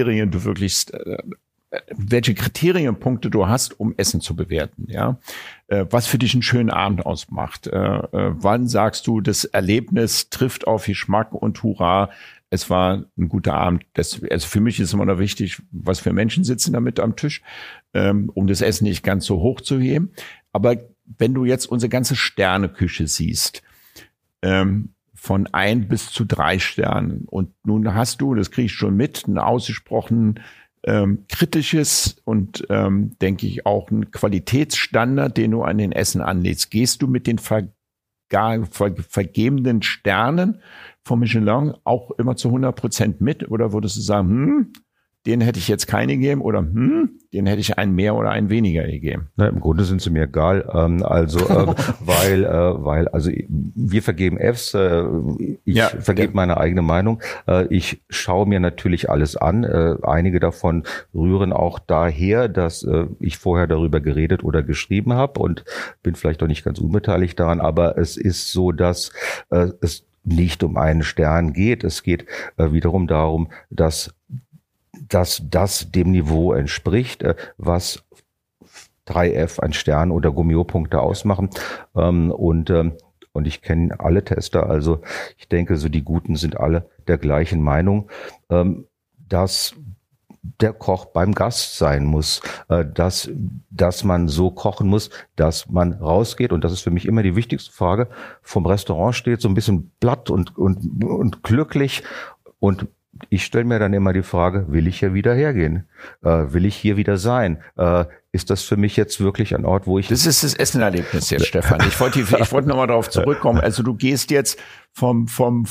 Kriterienpunkte du hast, um Essen zu bewerten, ja. Was für dich einen schönen Abend ausmacht. Wann sagst du, das Erlebnis trifft auf Geschmack und hurra, es war ein guter Abend. Also für mich ist immer noch wichtig, was für Menschen sitzen damit am Tisch, um das Essen nicht ganz so hoch zu heben. Aber wenn du jetzt unsere ganze Sterneküche siehst, von 1 bis zu 3 Sternen, und nun hast du, das kriege ich schon mit, ein ausgesprochen kritisches und denke ich auch ein Qualitätsstandard, den du an den Essen anlegst. Gehst du mit den vergebenen Sternen vom Michelin auch immer zu 100% mit, oder würdest du sagen, den hätte ich jetzt keine gegeben, oder den hätte ich einen mehr oder einen weniger gegeben? Na, im Grunde sind sie mir egal, weil wir vergeben Fs, ich vergebe meine eigene Meinung. Ich schaue mir natürlich alles an. Einige davon rühren auch daher, dass ich vorher darüber geredet oder geschrieben habe und bin vielleicht auch nicht ganz unbeteiligt daran, aber es ist so, dass es nicht um einen Stern geht. Es geht wiederum darum, dass das dem Niveau entspricht, was 3F, ein Stern oder Gummio-Punkte ausmachen. Und ich kenne alle Tester, also ich denke, so die Guten sind alle der gleichen Meinung, dass der Koch beim Gast sein muss, dass man so kochen muss, dass man rausgeht, und das ist für mich immer die wichtigste Frage, vom Restaurant steht so ein bisschen platt und glücklich, und ich stelle mir dann immer die Frage, will ich hier wieder hergehen? Will ich hier wieder sein? Ist das für mich jetzt wirklich ein Ort, wo ich... Das ist das Essenerlebnis jetzt, Stefan. Ich wollte nochmal darauf zurückkommen. Also du gehst jetzt von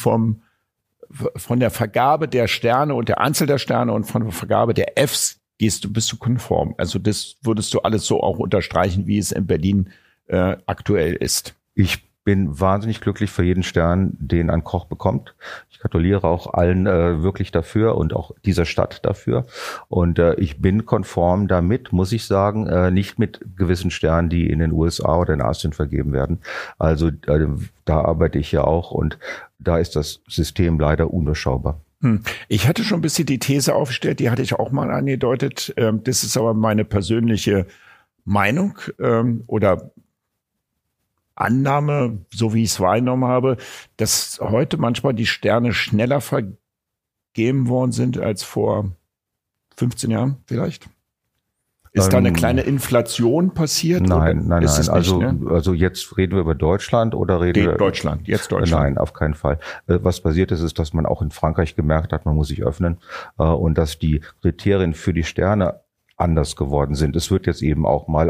der Vergabe der Sterne und der Anzahl der Sterne und von der Vergabe der Fs bist du konform. Also das würdest du alles so auch unterstreichen, wie es in Berlin aktuell ist. Ich bin wahnsinnig glücklich für jeden Stern, den ein Koch bekommt. Ich gratuliere auch allen wirklich dafür und auch dieser Stadt dafür. Und ich bin konform damit, muss ich sagen, nicht mit gewissen Sternen, die in den USA oder in Asien vergeben werden. Also da arbeite ich ja auch, und da ist das System leider unüberschaubar. Ich hatte schon ein bisschen die These aufgestellt, die hatte ich auch mal angedeutet. Das ist aber meine persönliche Meinung oder Annahme, so wie ich es wahrgenommen habe, dass heute manchmal die Sterne schneller vergeben worden sind als vor 15 Jahren vielleicht. Ist da eine kleine Inflation passiert? Nein. Also jetzt reden wir über Deutschland oder reden wir... Deutschland. Nein, auf keinen Fall. Was passiert ist, dass man auch in Frankreich gemerkt hat, man muss sich öffnen, und dass die Kriterien für die Sterne anders geworden sind. Es wird jetzt eben auch mal ein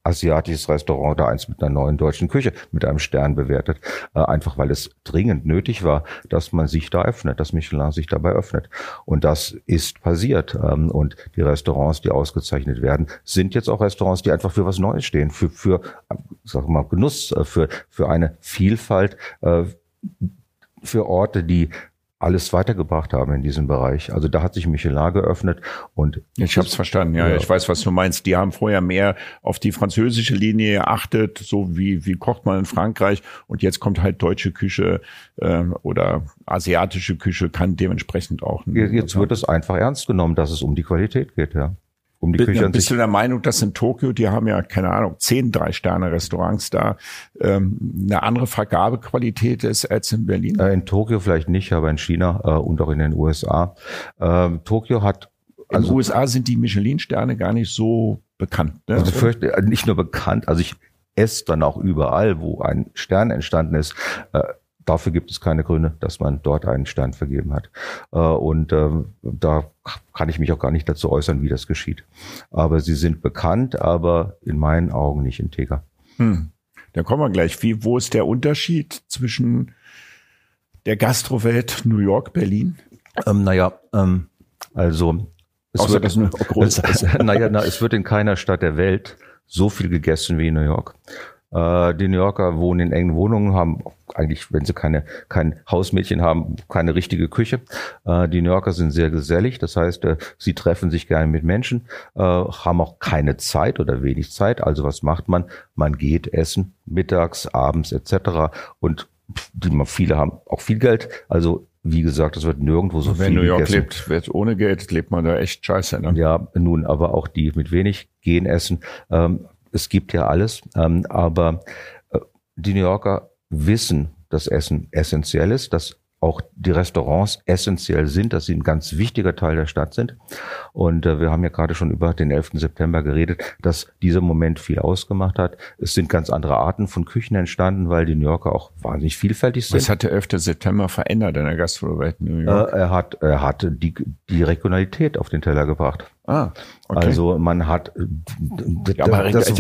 asiatisches Restaurant oder eins mit einer neuen deutschen Küche mit einem Stern bewertet. Einfach weil es dringend nötig war, dass man sich da öffnet, dass Michelin sich dabei öffnet. Und das ist passiert. Und die Restaurants, die ausgezeichnet werden, sind jetzt auch Restaurants, die einfach für was Neues stehen, für sag mal, Genuss, für eine Vielfalt, für Orte, die alles weitergebracht haben in diesem Bereich. Also da hat sich Michelin geöffnet und ich habe es verstanden, ja, ich weiß, was du meinst. Die haben vorher mehr auf die französische Linie geachtet, so wie kocht man in Frankreich, und jetzt kommt halt deutsche Küche oder asiatische Küche, kann dementsprechend auch. Jetzt wird es einfach ernst genommen, dass es um die Qualität geht, ja. Um die Küche an sich. Bist du der Meinung, dass in Tokio, die haben ja, keine Ahnung, 10 3-Sterne-Restaurants da, eine andere Vergabequalität ist als in Berlin? In Tokio vielleicht nicht, aber in China und auch in den USA. Tokio hat... In den USA sind die Michelin-Sterne gar nicht so bekannt. Ne? Also nicht nur bekannt, also ich esse dann auch überall, wo ein Stern entstanden ist. Dafür gibt es keine Gründe, dass man dort einen Stern vergeben hat. Und da kann ich mich auch gar nicht dazu äußern, wie das geschieht. Aber sie sind bekannt, aber in meinen Augen nicht integer. Dann kommen wir gleich. Wo ist der Unterschied zwischen der Gastrowelt New York, Berlin? Also es wird in keiner Stadt der Welt so viel gegessen wie in New York. Die New Yorker wohnen in engen Wohnungen, haben eigentlich, wenn sie kein Hausmädchen haben, keine richtige Küche. Die New Yorker sind sehr gesellig, das heißt, sie treffen sich gerne mit Menschen, haben auch keine Zeit oder wenig Zeit. Also was macht man? Man geht essen, mittags, abends etc. Und viele haben auch viel Geld. Also wie gesagt, es wird nirgendwo so viel gegessen. Wenn New York lebt, ohne Geld lebt man da echt scheiße. Ne? Ja, nun, aber auch die mit wenig gehen essen. Es gibt ja alles, aber die New Yorker wissen, dass Essen essentiell ist, dass auch die Restaurants essentiell sind, dass sie ein ganz wichtiger Teil der Stadt sind. Und wir haben ja gerade schon über den 11. September geredet, dass dieser Moment viel ausgemacht hat. Es sind ganz andere Arten von Küchen entstanden, weil die New Yorker auch wahnsinnig vielfältig sind. Was hat der 11. September verändert in der Gastronomie in New York? Er hat die Regionalität auf den Teller gebracht. Okay. Also man hat das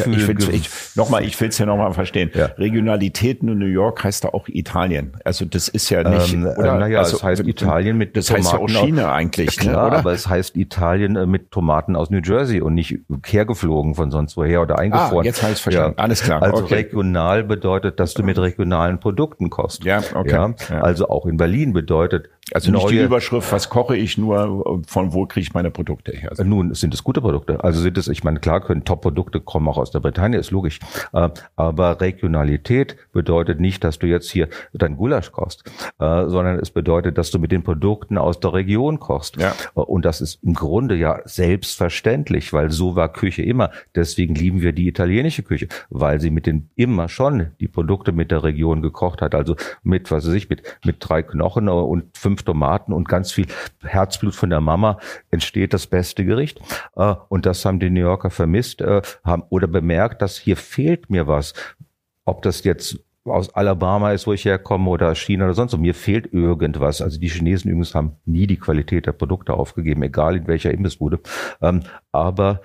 ich will es ja nochmal verstehen. Ja. Regionalitäten in New York heißt da auch Italien. Also das ist ja nicht, oder? Es heißt Italien mit das Tomaten. Das heißt ja auch China eigentlich, klar, ne, oder? Aber es heißt Italien mit Tomaten aus New Jersey und nicht hergeflogen von sonst woher oder eingefroren. Jetzt habe ich es verstanden. Ja. Alles klar. Also regional bedeutet, dass du mit regionalen Produkten kochst. Ja, okay. Ja? Also auch in Berlin bedeutet, also nicht die Überschrift, was koche ich, nur von wo kriege ich meine Produkte her? Also nun, sind es gute Produkte. Also sind es, ich meine, klar können Top-Produkte kommen auch aus der Bretagne, ist logisch. Aber Regionalität bedeutet nicht, dass du jetzt hier dein Gulasch kochst, sondern es bedeutet, dass du mit den Produkten aus der Region kochst. Ja. Und das ist im Grunde ja selbstverständlich, weil so war Küche immer. Deswegen lieben wir die italienische Küche, weil sie immer schon die Produkte mit der Region gekocht hat. Also mit 3 Knochen und 5 Tomaten und ganz viel Herzblut von der Mama entsteht das beste Gericht. Und das haben die New Yorker vermisst, haben oder bemerkt, dass hier fehlt mir was. Ob das jetzt aus Alabama ist, wo ich herkomme, oder China oder sonst wo. Mir fehlt irgendwas. Also die Chinesen übrigens haben nie die Qualität der Produkte aufgegeben, egal in welcher Imbissbude. Aber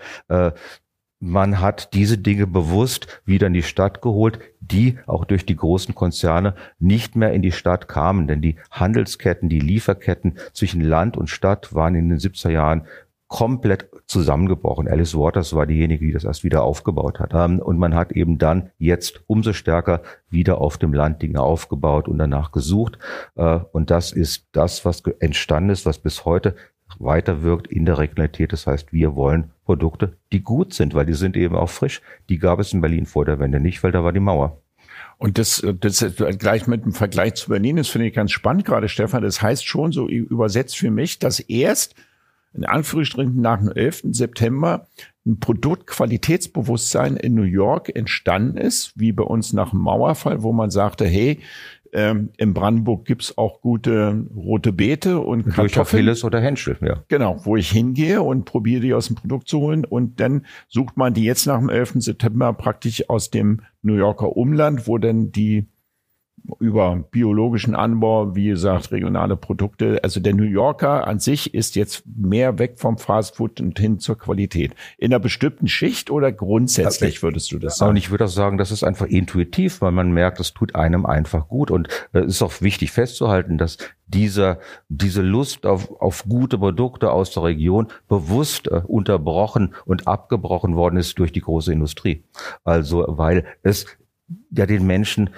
man hat diese Dinge bewusst wieder in die Stadt geholt, die auch durch die großen Konzerne nicht mehr in die Stadt kamen. Denn die Handelsketten, die Lieferketten zwischen Land und Stadt waren in den 70er Jahren komplett zusammengebrochen. Alice Waters war diejenige, die das erst wieder aufgebaut hat. Und man hat eben dann jetzt umso stärker wieder auf dem Land Dinge aufgebaut und danach gesucht. Und das ist das, was entstanden ist, was bis heute weiterwirkt in der Regionalität. Das heißt, wir wollen Produkte, die gut sind, weil die sind eben auch frisch. Die gab es in Berlin vor der Wende nicht, weil da war die Mauer. Und das gleich mit dem Vergleich zu Berlin, das finde ich ganz spannend gerade, Stefan. Das heißt schon, so übersetzt für mich, dass erst in Anführungsstrichen nach dem 11. September ein Produktqualitätsbewusstsein in New York entstanden ist, wie bei uns nach dem Mauerfall, wo man sagte, hey, in Brandenburg gibt's auch gute rote Beete und Kartoffeln. Durch Achilles oder Henschel, ja. Genau, wo ich hingehe und probiere die aus dem Produkt zu holen, und dann sucht man die jetzt nach dem 11. September praktisch aus dem New Yorker Umland, wo dann die über biologischen Anbau, wie gesagt, regionale Produkte. Also der New Yorker an sich ist jetzt mehr weg vom Fastfood und hin zur Qualität. In einer bestimmten Schicht oder grundsätzlich würdest du das sagen? Und ich würde auch sagen, das ist einfach intuitiv, weil man merkt, es tut einem einfach gut. Und es ist auch wichtig festzuhalten, dass diese Lust auf gute Produkte aus der Region bewusst unterbrochen und abgebrochen worden ist durch die große Industrie. Also weil es ja den Menschen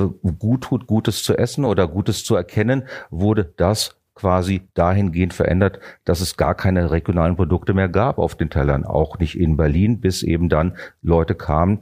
gut tut, Gutes zu essen oder Gutes zu erkennen, wurde das quasi dahingehend verändert, dass es gar keine regionalen Produkte mehr gab auf den Tellern, auch nicht in Berlin, bis eben dann Leute kamen,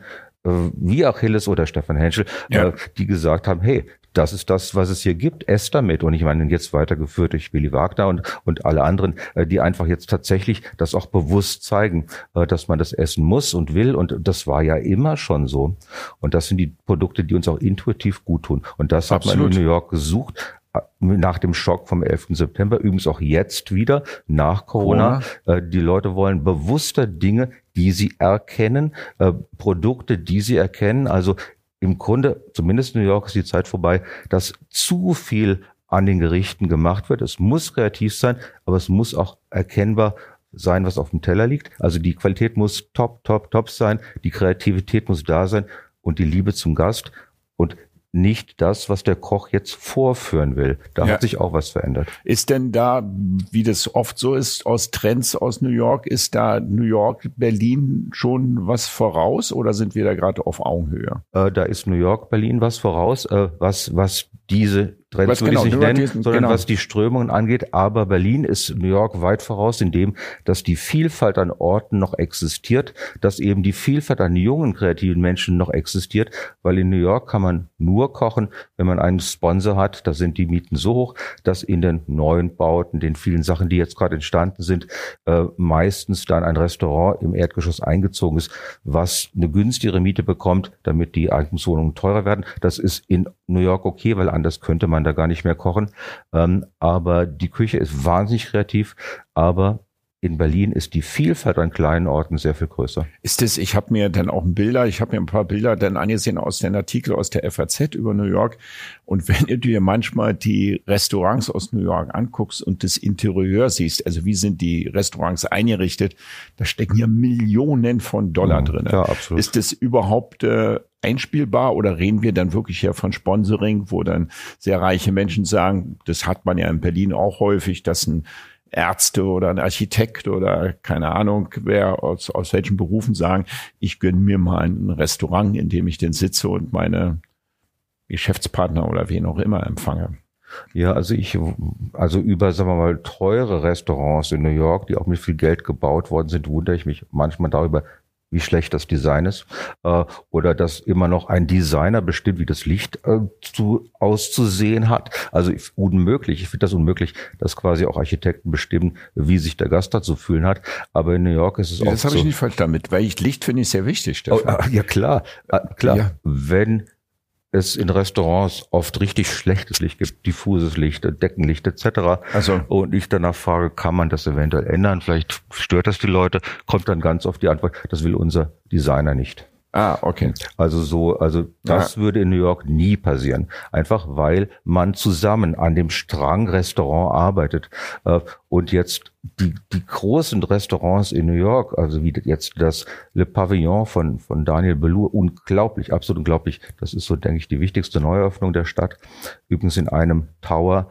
wie Achilles oder Stefan Henschel, die gesagt haben, hey, das ist das, was es hier gibt, esst damit. Und ich meine, jetzt weitergeführt durch Willy Wagner und alle anderen, die einfach jetzt tatsächlich das auch bewusst zeigen, dass man das essen muss und will. Und das war ja immer schon so. Und das sind die Produkte, die uns auch intuitiv gut tun. Und das hat man in New York gesucht. Nach dem Schock vom 11. September, übrigens auch jetzt wieder, nach Corona. Die Leute wollen bewusster Dinge, die sie erkennen, Produkte, die sie erkennen. Also im Grunde, zumindest in New York, ist die Zeit vorbei, dass zu viel an den Gerichten gemacht wird. Es muss kreativ sein, aber es muss auch erkennbar sein, was auf dem Teller liegt. Also die Qualität muss top sein, die Kreativität muss da sein und die Liebe zum Gast und nicht das, was der Koch jetzt vorführen will. Da hat sich auch was verändert. Ist denn da, wie das oft so ist, aus Trends aus New York, ist da New York, Berlin schon was voraus oder sind wir da gerade auf Augenhöhe? Da ist New York, Berlin was voraus, was diese Trends würde ich nicht nennen, sondern was die Strömungen angeht. Aber Berlin ist New York weit voraus, indem, dass die Vielfalt an Orten noch existiert, dass eben die Vielfalt an jungen, kreativen Menschen noch existiert, weil in New York kann man nur kochen, wenn man einen Sponsor hat. Da sind die Mieten so hoch, dass in den neuen Bauten, den vielen Sachen, die jetzt gerade entstanden sind, meistens dann ein Restaurant im Erdgeschoss eingezogen ist, was eine günstigere Miete bekommt, damit die Eigentumswohnungen teurer werden. Das ist in New York okay, weil anders könnte man da gar nicht mehr kochen. Aber die Küche ist wahnsinnig kreativ, aber in Berlin ist die Vielfalt an kleinen Orten sehr viel größer. Ist es, ich habe mir dann auch ein paar Bilder dann angesehen aus den Artikeln aus der FAZ über New York. Und wenn du dir manchmal die Restaurants aus New York anguckst und das Interieur siehst, also wie sind die Restaurants eingerichtet, da stecken ja Millionen von Dollar drin. Ja, absolut. Ist das überhaupt einspielbar oder reden wir dann wirklich hier von Sponsoring, wo dann sehr reiche Menschen sagen, das hat man ja in Berlin auch häufig, dass ein Ärzte oder ein Architekt oder keine Ahnung, wer aus welchen Berufen sagen, ich gönne mir mal ein Restaurant, in dem ich denn sitze und meine Geschäftspartner oder wen auch immer empfange. Ja, also über, sagen wir mal, teure Restaurants in New York, die auch mit viel Geld gebaut worden sind, wundere ich mich manchmal darüber, wie schlecht das Design ist, oder dass immer noch ein Designer bestimmt, wie das Licht auszusehen hat. Also unmöglich. Ich finde das unmöglich, dass quasi auch Architekten bestimmen, wie sich der Gast dazu fühlen hat. Aber in New York ist es auch so. Das habe ich nicht falsch damit, weil Licht finde ich sehr wichtig, Stefan. Ja, klar. Ja. Wenn es in Restaurants oft richtig schlechtes Licht gibt, diffuses Licht, Deckenlicht etc. Und ich danach frage, kann man das eventuell ändern? Vielleicht stört das die Leute, kommt dann ganz oft die Antwort, das will unser Designer nicht. Ah, okay. Also das würde in New York nie passieren. Einfach weil man zusammen an dem Strang Restaurant arbeitet. Und jetzt die großen Restaurants in New York, also wie jetzt das Le Pavillon von Daniel Boulud, unglaublich, absolut unglaublich. Das ist so, denke ich, die wichtigste Neueröffnung der Stadt. Übrigens in einem Tower,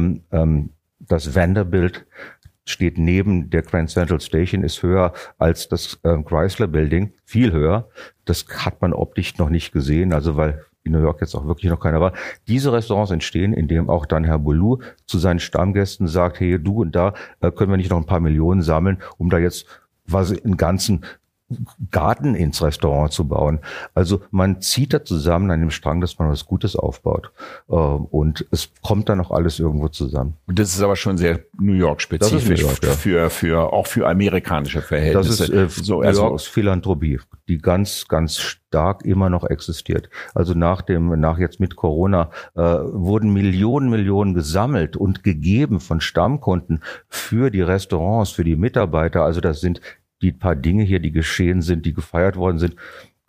das Vanderbilt steht neben der Grand Central Station, ist höher als das Chrysler Building, viel höher. Das hat man optisch noch nicht gesehen, also weil in New York jetzt auch wirklich noch keiner war. Diese Restaurants entstehen, indem auch dann Herr Boulud zu seinen Stammgästen sagt, hey, du und da können wir nicht noch ein paar Millionen sammeln, um da jetzt quasi einen ganzen Garten ins Restaurant zu bauen. Also man zieht da zusammen an dem Strang, dass man was Gutes aufbaut. Und es kommt dann auch alles irgendwo zusammen. Und das ist aber schon sehr New York-spezifisch, auch für amerikanische Verhältnisse. Das ist New Yorks Philanthropie, die ganz, ganz stark immer noch existiert. Also nach jetzt mit Corona wurden Millionen gesammelt und gegeben von Stammkunden für die Restaurants, für die Mitarbeiter. Also das sind die paar Dinge hier, die geschehen sind, die gefeiert worden sind,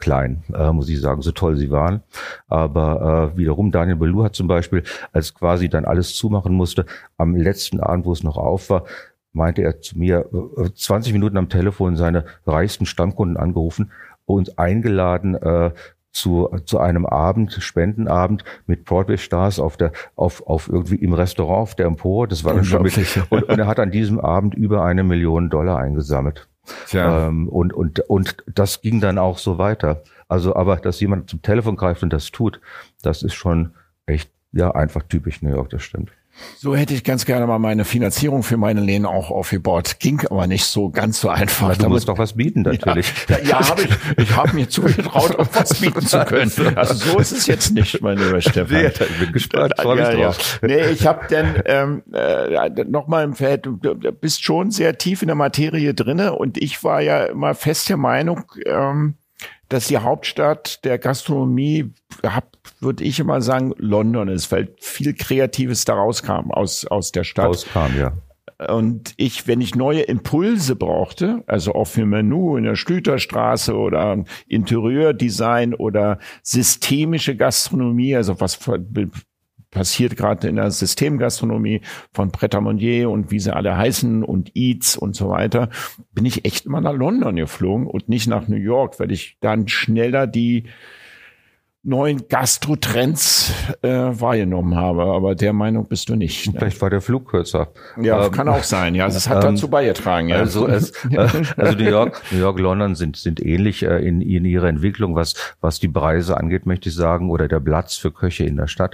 klein, muss ich sagen, so toll sie waren. Aber wiederum Daniel Boulud hat zum Beispiel, als quasi dann alles zumachen musste, am letzten Abend, wo es noch auf war, meinte er zu mir, 20 Minuten am Telefon seine reichsten Stammkunden angerufen und eingeladen zu einem Abend, Spendenabend mit Broadway-Stars auf irgendwie im Restaurant auf der Empore. Das war dann schon mit, und er hat an diesem Abend über $1 Million eingesammelt. Ja. Und das ging dann auch so weiter. Also, aber dass jemand zum Telefon greift und das tut, das ist schon echt, ja, einfach typisch New York, das stimmt. So hätte ich ganz gerne mal meine Finanzierung für meine Läden auch aufgebaut. Ging aber nicht so ganz so einfach. Du musst doch was bieten, natürlich. Ja, habe ich. Ich habe mir zugetraut, auch was bieten zu können. Also so ist es jetzt nicht, mein lieber Stefan. Ich bin gespannt, freue mich drauf. Ja. Nee, ich habe dann nochmal im Feld, du bist schon sehr tief in der Materie drinne und ich war ja immer fest der Meinung, dass die Hauptstadt der Gastronomie, würde ich immer sagen, London ist, weil viel Kreatives da rauskam aus der Stadt. Rauskam, ja. Und wenn ich neue Impulse brauchte, also auch für Menü in der Schlüterstraße oder Interieurdesign oder systemische Gastronomie, also was passiert gerade in der Systemgastronomie von Pret-a-Manger und wie sie alle heißen und Eats und so weiter, bin ich echt immer nach London geflogen und nicht nach New York, weil ich dann schneller die neuen Gastro-Trends wahrgenommen habe. Aber der Meinung bist du nicht. Ne? Vielleicht war der Flug kürzer. Ja, kann auch sein. Ja, das hat dazu beigetragen. Ja. Also New York, London sind ähnlich in ihrer Entwicklung, was die Preise angeht, möchte ich sagen, oder der Platz für Köche in der Stadt.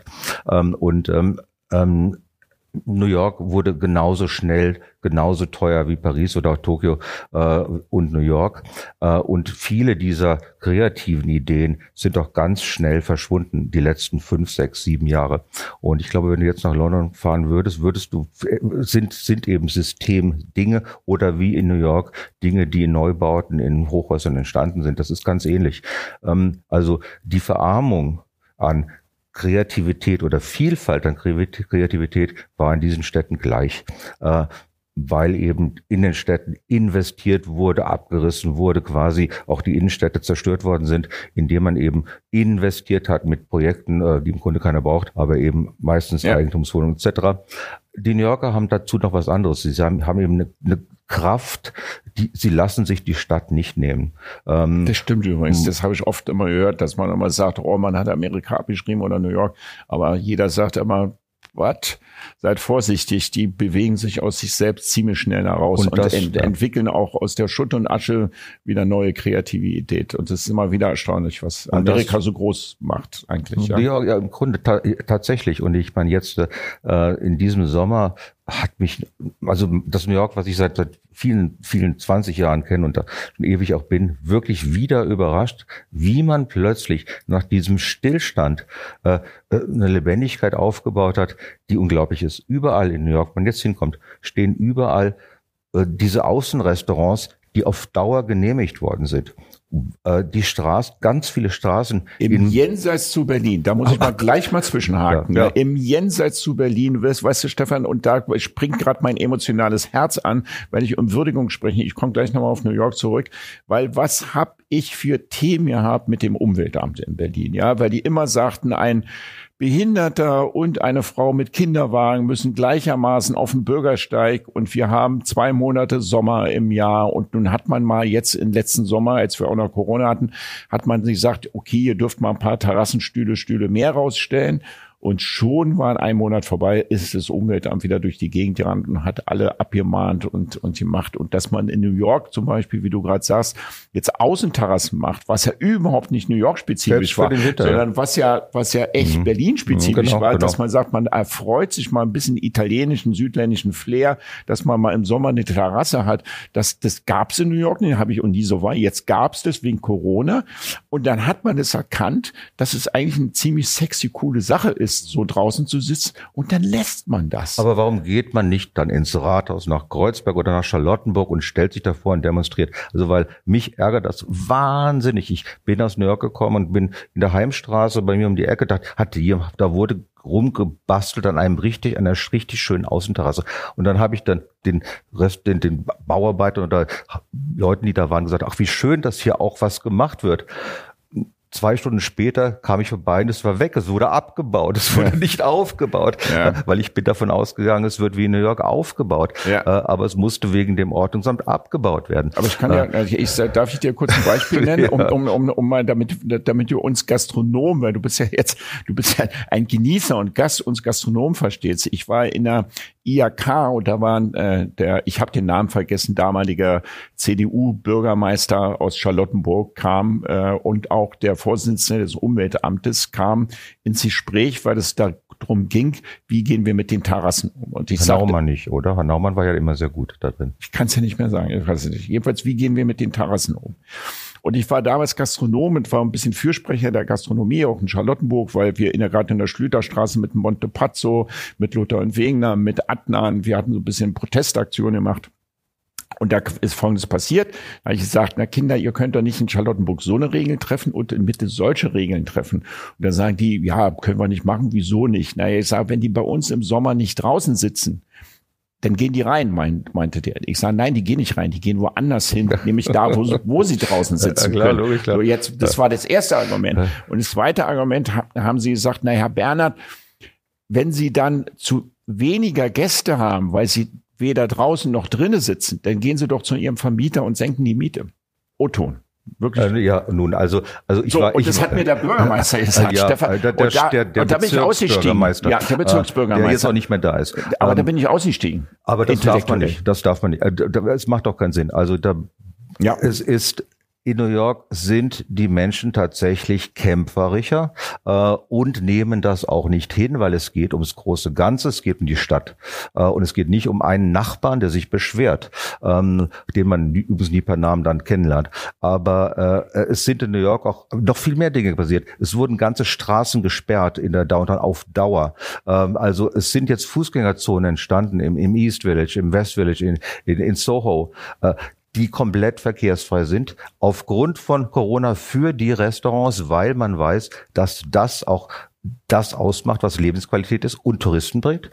New York wurde genauso schnell, genauso teuer wie Paris oder auch Tokio und New York. Und viele dieser kreativen Ideen sind auch ganz schnell verschwunden, die letzten 5, 6, 7 Jahre. Und ich glaube, wenn du jetzt nach London fahren würdest sind eben Systemdinge oder wie in New York Dinge, die in Neubauten, in Hochhäusern entstanden sind. Das ist ganz ähnlich. Also die Verarmung an Kreativität oder Vielfalt an Kreativität war in diesen Städten gleich, weil eben in den Städten investiert wurde, abgerissen wurde, quasi auch die Innenstädte zerstört worden sind, indem man eben investiert hat mit Projekten, die im Grunde keiner braucht, aber eben meistens Eigentumswohnungen etc. Die New Yorker haben dazu noch was anderes. Sie haben eben eine Kraft, sie lassen sich die Stadt nicht nehmen. Das stimmt übrigens. Das habe ich oft immer gehört, dass man immer sagt, oh, man hat Amerika abgeschrieben oder New York. Aber jeder sagt immer, was? Seid vorsichtig, die bewegen sich aus sich selbst ziemlich schnell heraus und entwickeln auch aus der Schutt und Asche wieder neue Kreativität. Und das ist immer wieder erstaunlich, was Amerika so groß macht eigentlich. Ja, im Grunde tatsächlich. Und ich meine, jetzt in diesem Sommer hat mich, also das New York, was ich seit vielen 20 Jahren kenne und da schon ewig auch bin, wirklich wieder überrascht, wie man plötzlich nach diesem Stillstand eine Lebendigkeit aufgebaut hat, die unglaublich ist. Überall in New York, wenn man jetzt hinkommt, stehen überall diese Außenrestaurants, die auf Dauer genehmigt worden sind. Die ganz viele Straßen. Im Jenseits zu Berlin, da muss ich mal gleich mal zwischenhaken. Ja. Im Jenseits zu Berlin, weißt du, Stefan, und da springt gerade mein emotionales Herz an, wenn ich um Würdigung spreche. Ich komme gleich nochmal auf New York zurück, weil was hab ich für Themen gehabt mit dem Umweltamt in Berlin? Ja, weil die immer sagten, ein Behinderter und eine Frau mit Kinderwagen müssen gleichermaßen auf den Bürgersteig und wir haben 2 Monate Sommer im Jahr und nun hat man mal jetzt im letzten Sommer, als wir auch noch Corona hatten, hat man gesagt, okay, ihr dürft mal ein paar Terrassenstühle mehr rausstellen. Und schon war 1 Monat vorbei, ist das Umweltamt wieder durch die Gegend gerannt und hat alle abgemahnt und gemacht. Und dass man in New York zum Beispiel, wie du gerade sagst, jetzt Außenterrassen macht, was ja überhaupt nicht New York-spezifisch war, sondern was ja echt Berlin-spezifisch war, dass man sagt, man erfreut sich mal ein bisschen italienischen, südländischen Flair, dass man mal im Sommer eine Terrasse hat. Das gab's in New York nicht, und die so war. Jetzt gab's das wegen Corona. Und dann hat man es erkannt, dass es eigentlich eine ziemlich sexy, coole Sache ist, so draußen zu sitzen, und dann lässt man das. Aber warum geht man nicht dann ins Rathaus nach Kreuzberg oder nach Charlottenburg und stellt sich davor und demonstriert? Also weil mich ärgert das wahnsinnig. Ich bin aus New York gekommen und bin in der Heimstraße bei mir um die Ecke, da wurde rumgebastelt an einer richtig schönen Außenterrasse. Und dann habe ich dann den Bauarbeitern oder Leuten, die da waren, gesagt, ach, wie schön, dass hier auch was gemacht wird. 2 Stunden später kam ich vorbei und es war weg. Es wurde abgebaut. Es wurde nicht aufgebaut, weil ich bin davon ausgegangen, es wird wie in New York aufgebaut. Ja. Aber es musste wegen dem Ordnungsamt abgebaut werden. Aber ich kann darf ich dir kurz ein Beispiel nennen, um mal damit du uns Gastronomen, weil du bist ja ein Genießer und uns Gastronomen verstehst. Ich war in der IHK und da waren ich habe den Namen vergessen, damaliger CDU-Bürgermeister aus Charlottenburg kam und auch der Vorsitzende des Umweltamtes kam ins Gespräch, weil es darum ging, wie gehen wir mit den Terrassen um. Und ich sagte, Naumann nicht, oder? Herr Naumann war ja immer sehr gut da drin. Ich kann es ja nicht mehr sagen. Ich weiß es nicht. Jedenfalls, wie gehen wir mit den Terrassen um? Und ich war damals Gastronom und war ein bisschen Fürsprecher der Gastronomie, auch in Charlottenburg, weil wir gerade in der Schlüterstraße mit Montepazzo, mit Luther und Wegener, mit Adnan, wir hatten so ein bisschen Protestaktionen gemacht. Und da ist Folgendes passiert. Da habe ich gesagt, na Kinder, ihr könnt doch nicht in Charlottenburg so eine Regel treffen und in Mitte solche Regeln treffen. Und dann sagen die, ja, können wir nicht machen, wieso nicht? Na, ich sage, wenn die bei uns im Sommer nicht draußen sitzen, dann gehen die rein, meinte der. Ich sage, nein, die gehen nicht rein, die gehen woanders hin, nämlich da, wo sie draußen sitzen können. Logisch, klar. So jetzt, das war das erste Argument. Und das zweite Argument haben sie gesagt, na Herr Bernhard, wenn Sie dann zu weniger Gäste haben, weil Sie weder draußen noch drinnen sitzen, dann gehen Sie doch zu Ihrem Vermieter und senken die Miete. O-Ton. Wirklich? Ja, nun, also ich so, war... Und das hat mir der Bürgermeister gesagt, ja, Stefan. Der Bezirksbürgermeister. Ja, der Bezirksbürgermeister. Der jetzt auch nicht mehr da ist. Aber da bin ich ausgestiegen. Aber das darf man nicht. Es macht doch keinen Sinn. Also es ist... In New York sind die Menschen tatsächlich kämpferischer und nehmen das auch nicht hin, weil es geht ums große Ganze, es geht um die Stadt. Und es geht nicht um einen Nachbarn, der sich beschwert, den man übrigens nie per Namen dann kennenlernt. Aber es sind in New York auch noch viel mehr Dinge passiert. Es wurden ganze Straßen gesperrt in der Downtown auf Dauer. Also es sind jetzt Fußgängerzonen entstanden im East Village, im West Village, in Soho, die komplett verkehrsfrei sind, aufgrund von Corona für die Restaurants, weil man weiß, dass das auch das ausmacht, was Lebensqualität ist und Touristen bringt.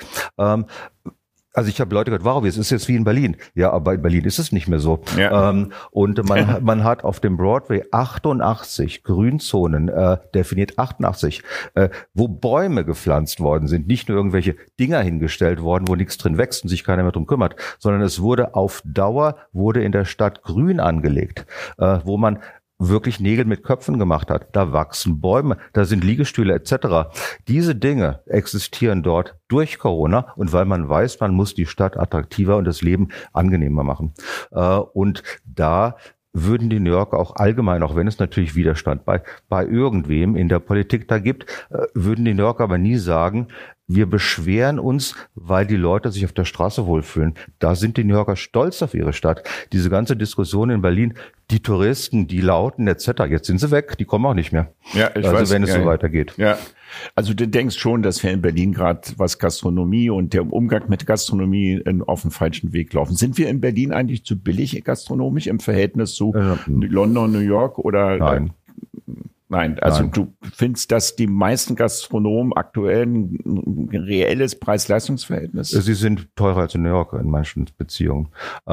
Also ich habe Leute gehört, wow, es ist jetzt wie in Berlin. Ja, aber in Berlin ist es nicht mehr so. Ja. Und man hat auf dem Broadway 88 Grünzonen definiert, 88, wo Bäume gepflanzt worden sind, nicht nur irgendwelche Dinger hingestellt worden, wo nichts drin wächst und sich keiner mehr drum kümmert, sondern es wurde auf Dauer, in der Stadt Grün angelegt, wo man wirklich Nägel mit Köpfen gemacht hat. Da wachsen Bäume, da sind Liegestühle etc. Diese Dinge existieren dort durch Corona und weil man weiß, man muss die Stadt attraktiver und das Leben angenehmer machen. Und da würden die New Yorker auch allgemein, auch wenn es natürlich Widerstand bei irgendwem in der Politik da gibt, würden die New Yorker aber nie sagen, wir beschweren uns, weil die Leute sich auf der Straße wohlfühlen. Da sind die New Yorker stolz auf ihre Stadt. Diese ganze Diskussion in Berlin, die Touristen, die Lauten etc., jetzt sind sie weg, die kommen auch nicht mehr. Ja, ich weiß, wenn es so weitergeht. Ja. Also du denkst schon, dass wir in Berlin gerade, was Gastronomie und der Umgang mit Gastronomie auf den falschen Weg laufen. Sind wir in Berlin eigentlich zu billig gastronomisch im Verhältnis zu London, New York oder? Nein. Nein, du findest, dass die meisten Gastronomen aktuell ein reelles Preis-Leistungs-Verhältnis? Sie sind teurer als in New York in manchen Beziehungen.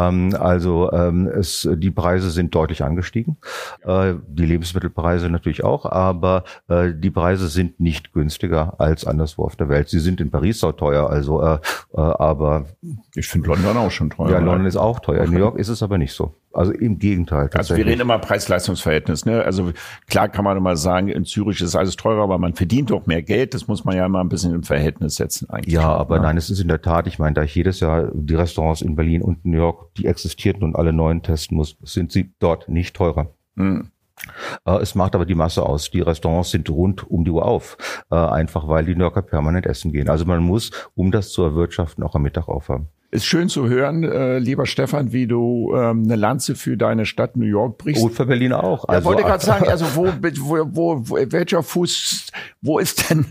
Die Preise sind deutlich angestiegen. Die Lebensmittelpreise natürlich auch, aber die Preise sind nicht günstiger als anderswo auf der Welt. Sie sind in Paris auch teuer, aber ich finde London auch schon teuer. Ja, London ist auch teuer. In New York ist es aber nicht so. Also im Gegenteil. Also wir reden immer Preis-Leistungs-Verhältnis, ne? Also klar kann man immer sagen, in Zürich ist alles teurer, aber man verdient doch mehr Geld. Das muss man ja immer ein bisschen im Verhältnis setzen eigentlich. Ja, aber nein, es ist in der Tat, ich meine, da ich jedes Jahr die Restaurants in Berlin und New York, die existierten und alle neuen testen muss, sind sie dort nicht teurer. Es macht aber die Masse aus. Die Restaurants sind rund um die Uhr auf, einfach weil die New Yorker permanent essen gehen. Also man muss, um das zu erwirtschaften, auch am Mittag aufhaben. Ist schön zu hören, lieber Stefan, wie du eine Lanze für deine Stadt New York brichst. Und für Berlin auch. Also, wollte gerade sagen, also welcher Fuß, wo ist denn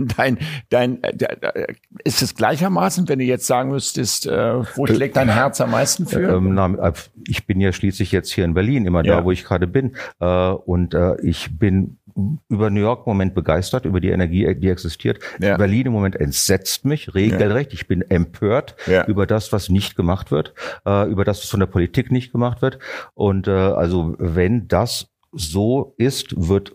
ist es gleichermaßen, wenn du jetzt sagen müsstest, wo schlägt dein Herz am meisten für? Ich bin ja schließlich jetzt hier in Berlin, immer da, wo ich gerade bin. Und ich bin über New York im Moment begeistert, über die Energie, die existiert. Ja. Berlin im Moment entsetzt mich regelrecht. Ich bin empört über das, was nicht gemacht wird, über das, was von der Politik nicht gemacht wird. Und also wenn das so ist, wird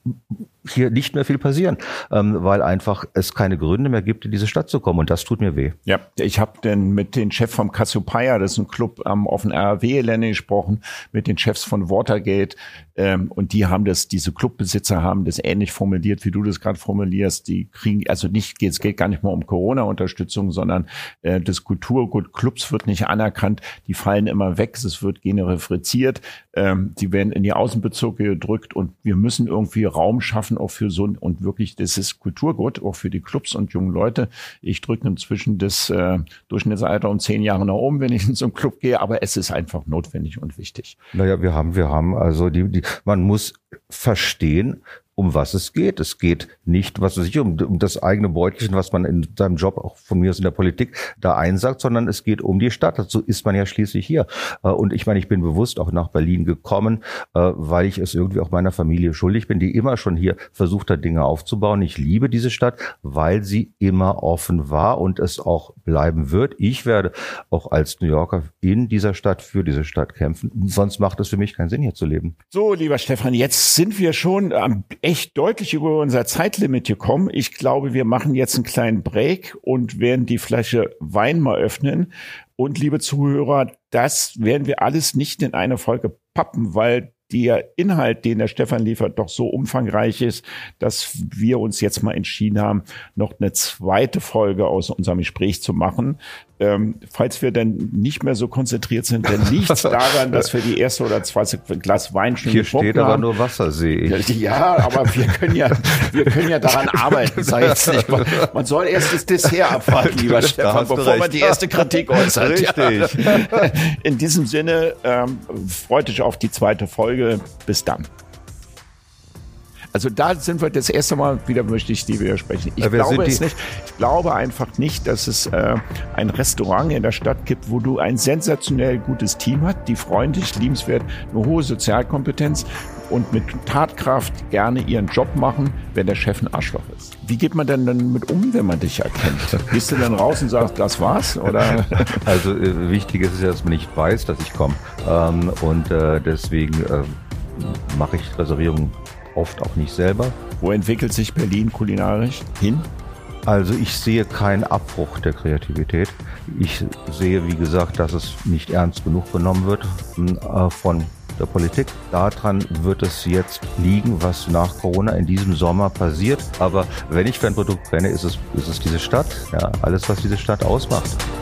hier nicht mehr viel passieren, weil einfach es keine Gründe mehr gibt, in diese Stadt zu kommen. Und das tut mir weh. Ja, ich habe denn mit den Chef vom Cassiopeia, das ist ein Club am offenen RAW-Gelände, gesprochen, mit den Chefs von Watergate. Und die haben diese Clubbesitzer haben das ähnlich formuliert, wie du das gerade formulierst. Die kriegen, also es geht gar nicht mehr um Corona-Unterstützung, sondern das Kulturgut Clubs wird nicht anerkannt. Die fallen immer weg, es wird generifiziert. Die werden in die Außenbezirke gedrückt und wir müssen irgendwie Raum schaffen, auch für so und wirklich, das ist Kulturgut, auch für die Clubs und jungen Leute. Ich drücke inzwischen das Durchschnittsalter um 10 Jahre nach oben, wenn ich in so einen Club gehe, aber es ist einfach notwendig und wichtig. Naja, wir haben also man muss verstehen, um was es geht. Es geht nicht, um das eigene Beutelchen, was man in seinem Job, auch von mir aus in der Politik, da einsagt, sondern es geht um die Stadt. Dazu ist man ja schließlich hier. Und ich meine, ich bin bewusst auch nach Berlin gekommen, weil ich es irgendwie auch meiner Familie schuldig bin, die immer schon hier versucht hat, Dinge aufzubauen. Ich liebe diese Stadt, weil sie immer offen war und es auch bleiben wird. Ich werde auch als New Yorker in dieser Stadt, für diese Stadt kämpfen. Sonst macht es für mich keinen Sinn, hier zu leben. So, lieber Stefan, jetzt sind wir schon echt deutlich über unser Zeitlimit gekommen. Ich glaube, wir machen jetzt einen kleinen Break und werden die Flasche Wein mal öffnen. Und liebe Zuhörer, das werden wir alles nicht in eine Folge pappen, weil der Inhalt, den der Stefan liefert, doch so umfangreich ist, dass wir uns jetzt mal entschieden haben, noch eine zweite Folge aus unserem Gespräch zu machen. Falls wir dann nicht mehr so konzentriert sind, dann liegt es daran, dass wir die erste oder zweite Glas Wein schon getrunken haben. Hier steht aber nur Wasser, sehe ich. Ja, aber wir können ja daran arbeiten. Sag jetzt nicht. Man soll erst das Dessert abwarten, lieber Stefan, bevor man die erste Kritik äußert. Richtig. Ja. In diesem Sinne, freut euch auf die zweite Folge. Bis dann. Also da sind wir das erste Mal wieder, möchte ich dir widersprechen. Ich glaube einfach nicht, dass es ein Restaurant in der Stadt gibt, wo du ein sensationell gutes Team hast, die freundlich, liebenswert, eine hohe Sozialkompetenz und mit Tatkraft gerne ihren Job machen, wenn der Chef ein Arschloch ist. Wie geht man denn dann mit um, wenn man dich erkennt? Gehst du dann raus und sagst, das war's? Oder? Also wichtig ist es ja, dass man nicht weiß, dass ich komme. Deswegen mache ich Reservierungen oft auch nicht selber. Wo entwickelt sich Berlin kulinarisch hin? Also ich sehe keinen Abbruch der Kreativität. Ich sehe, wie gesagt, dass es nicht ernst genug genommen wird von der Politik. Daran wird es jetzt liegen, was nach Corona in diesem Sommer passiert. Aber wenn ich für ein Produkt brenne, ist es diese Stadt. Ja, alles, was diese Stadt ausmacht.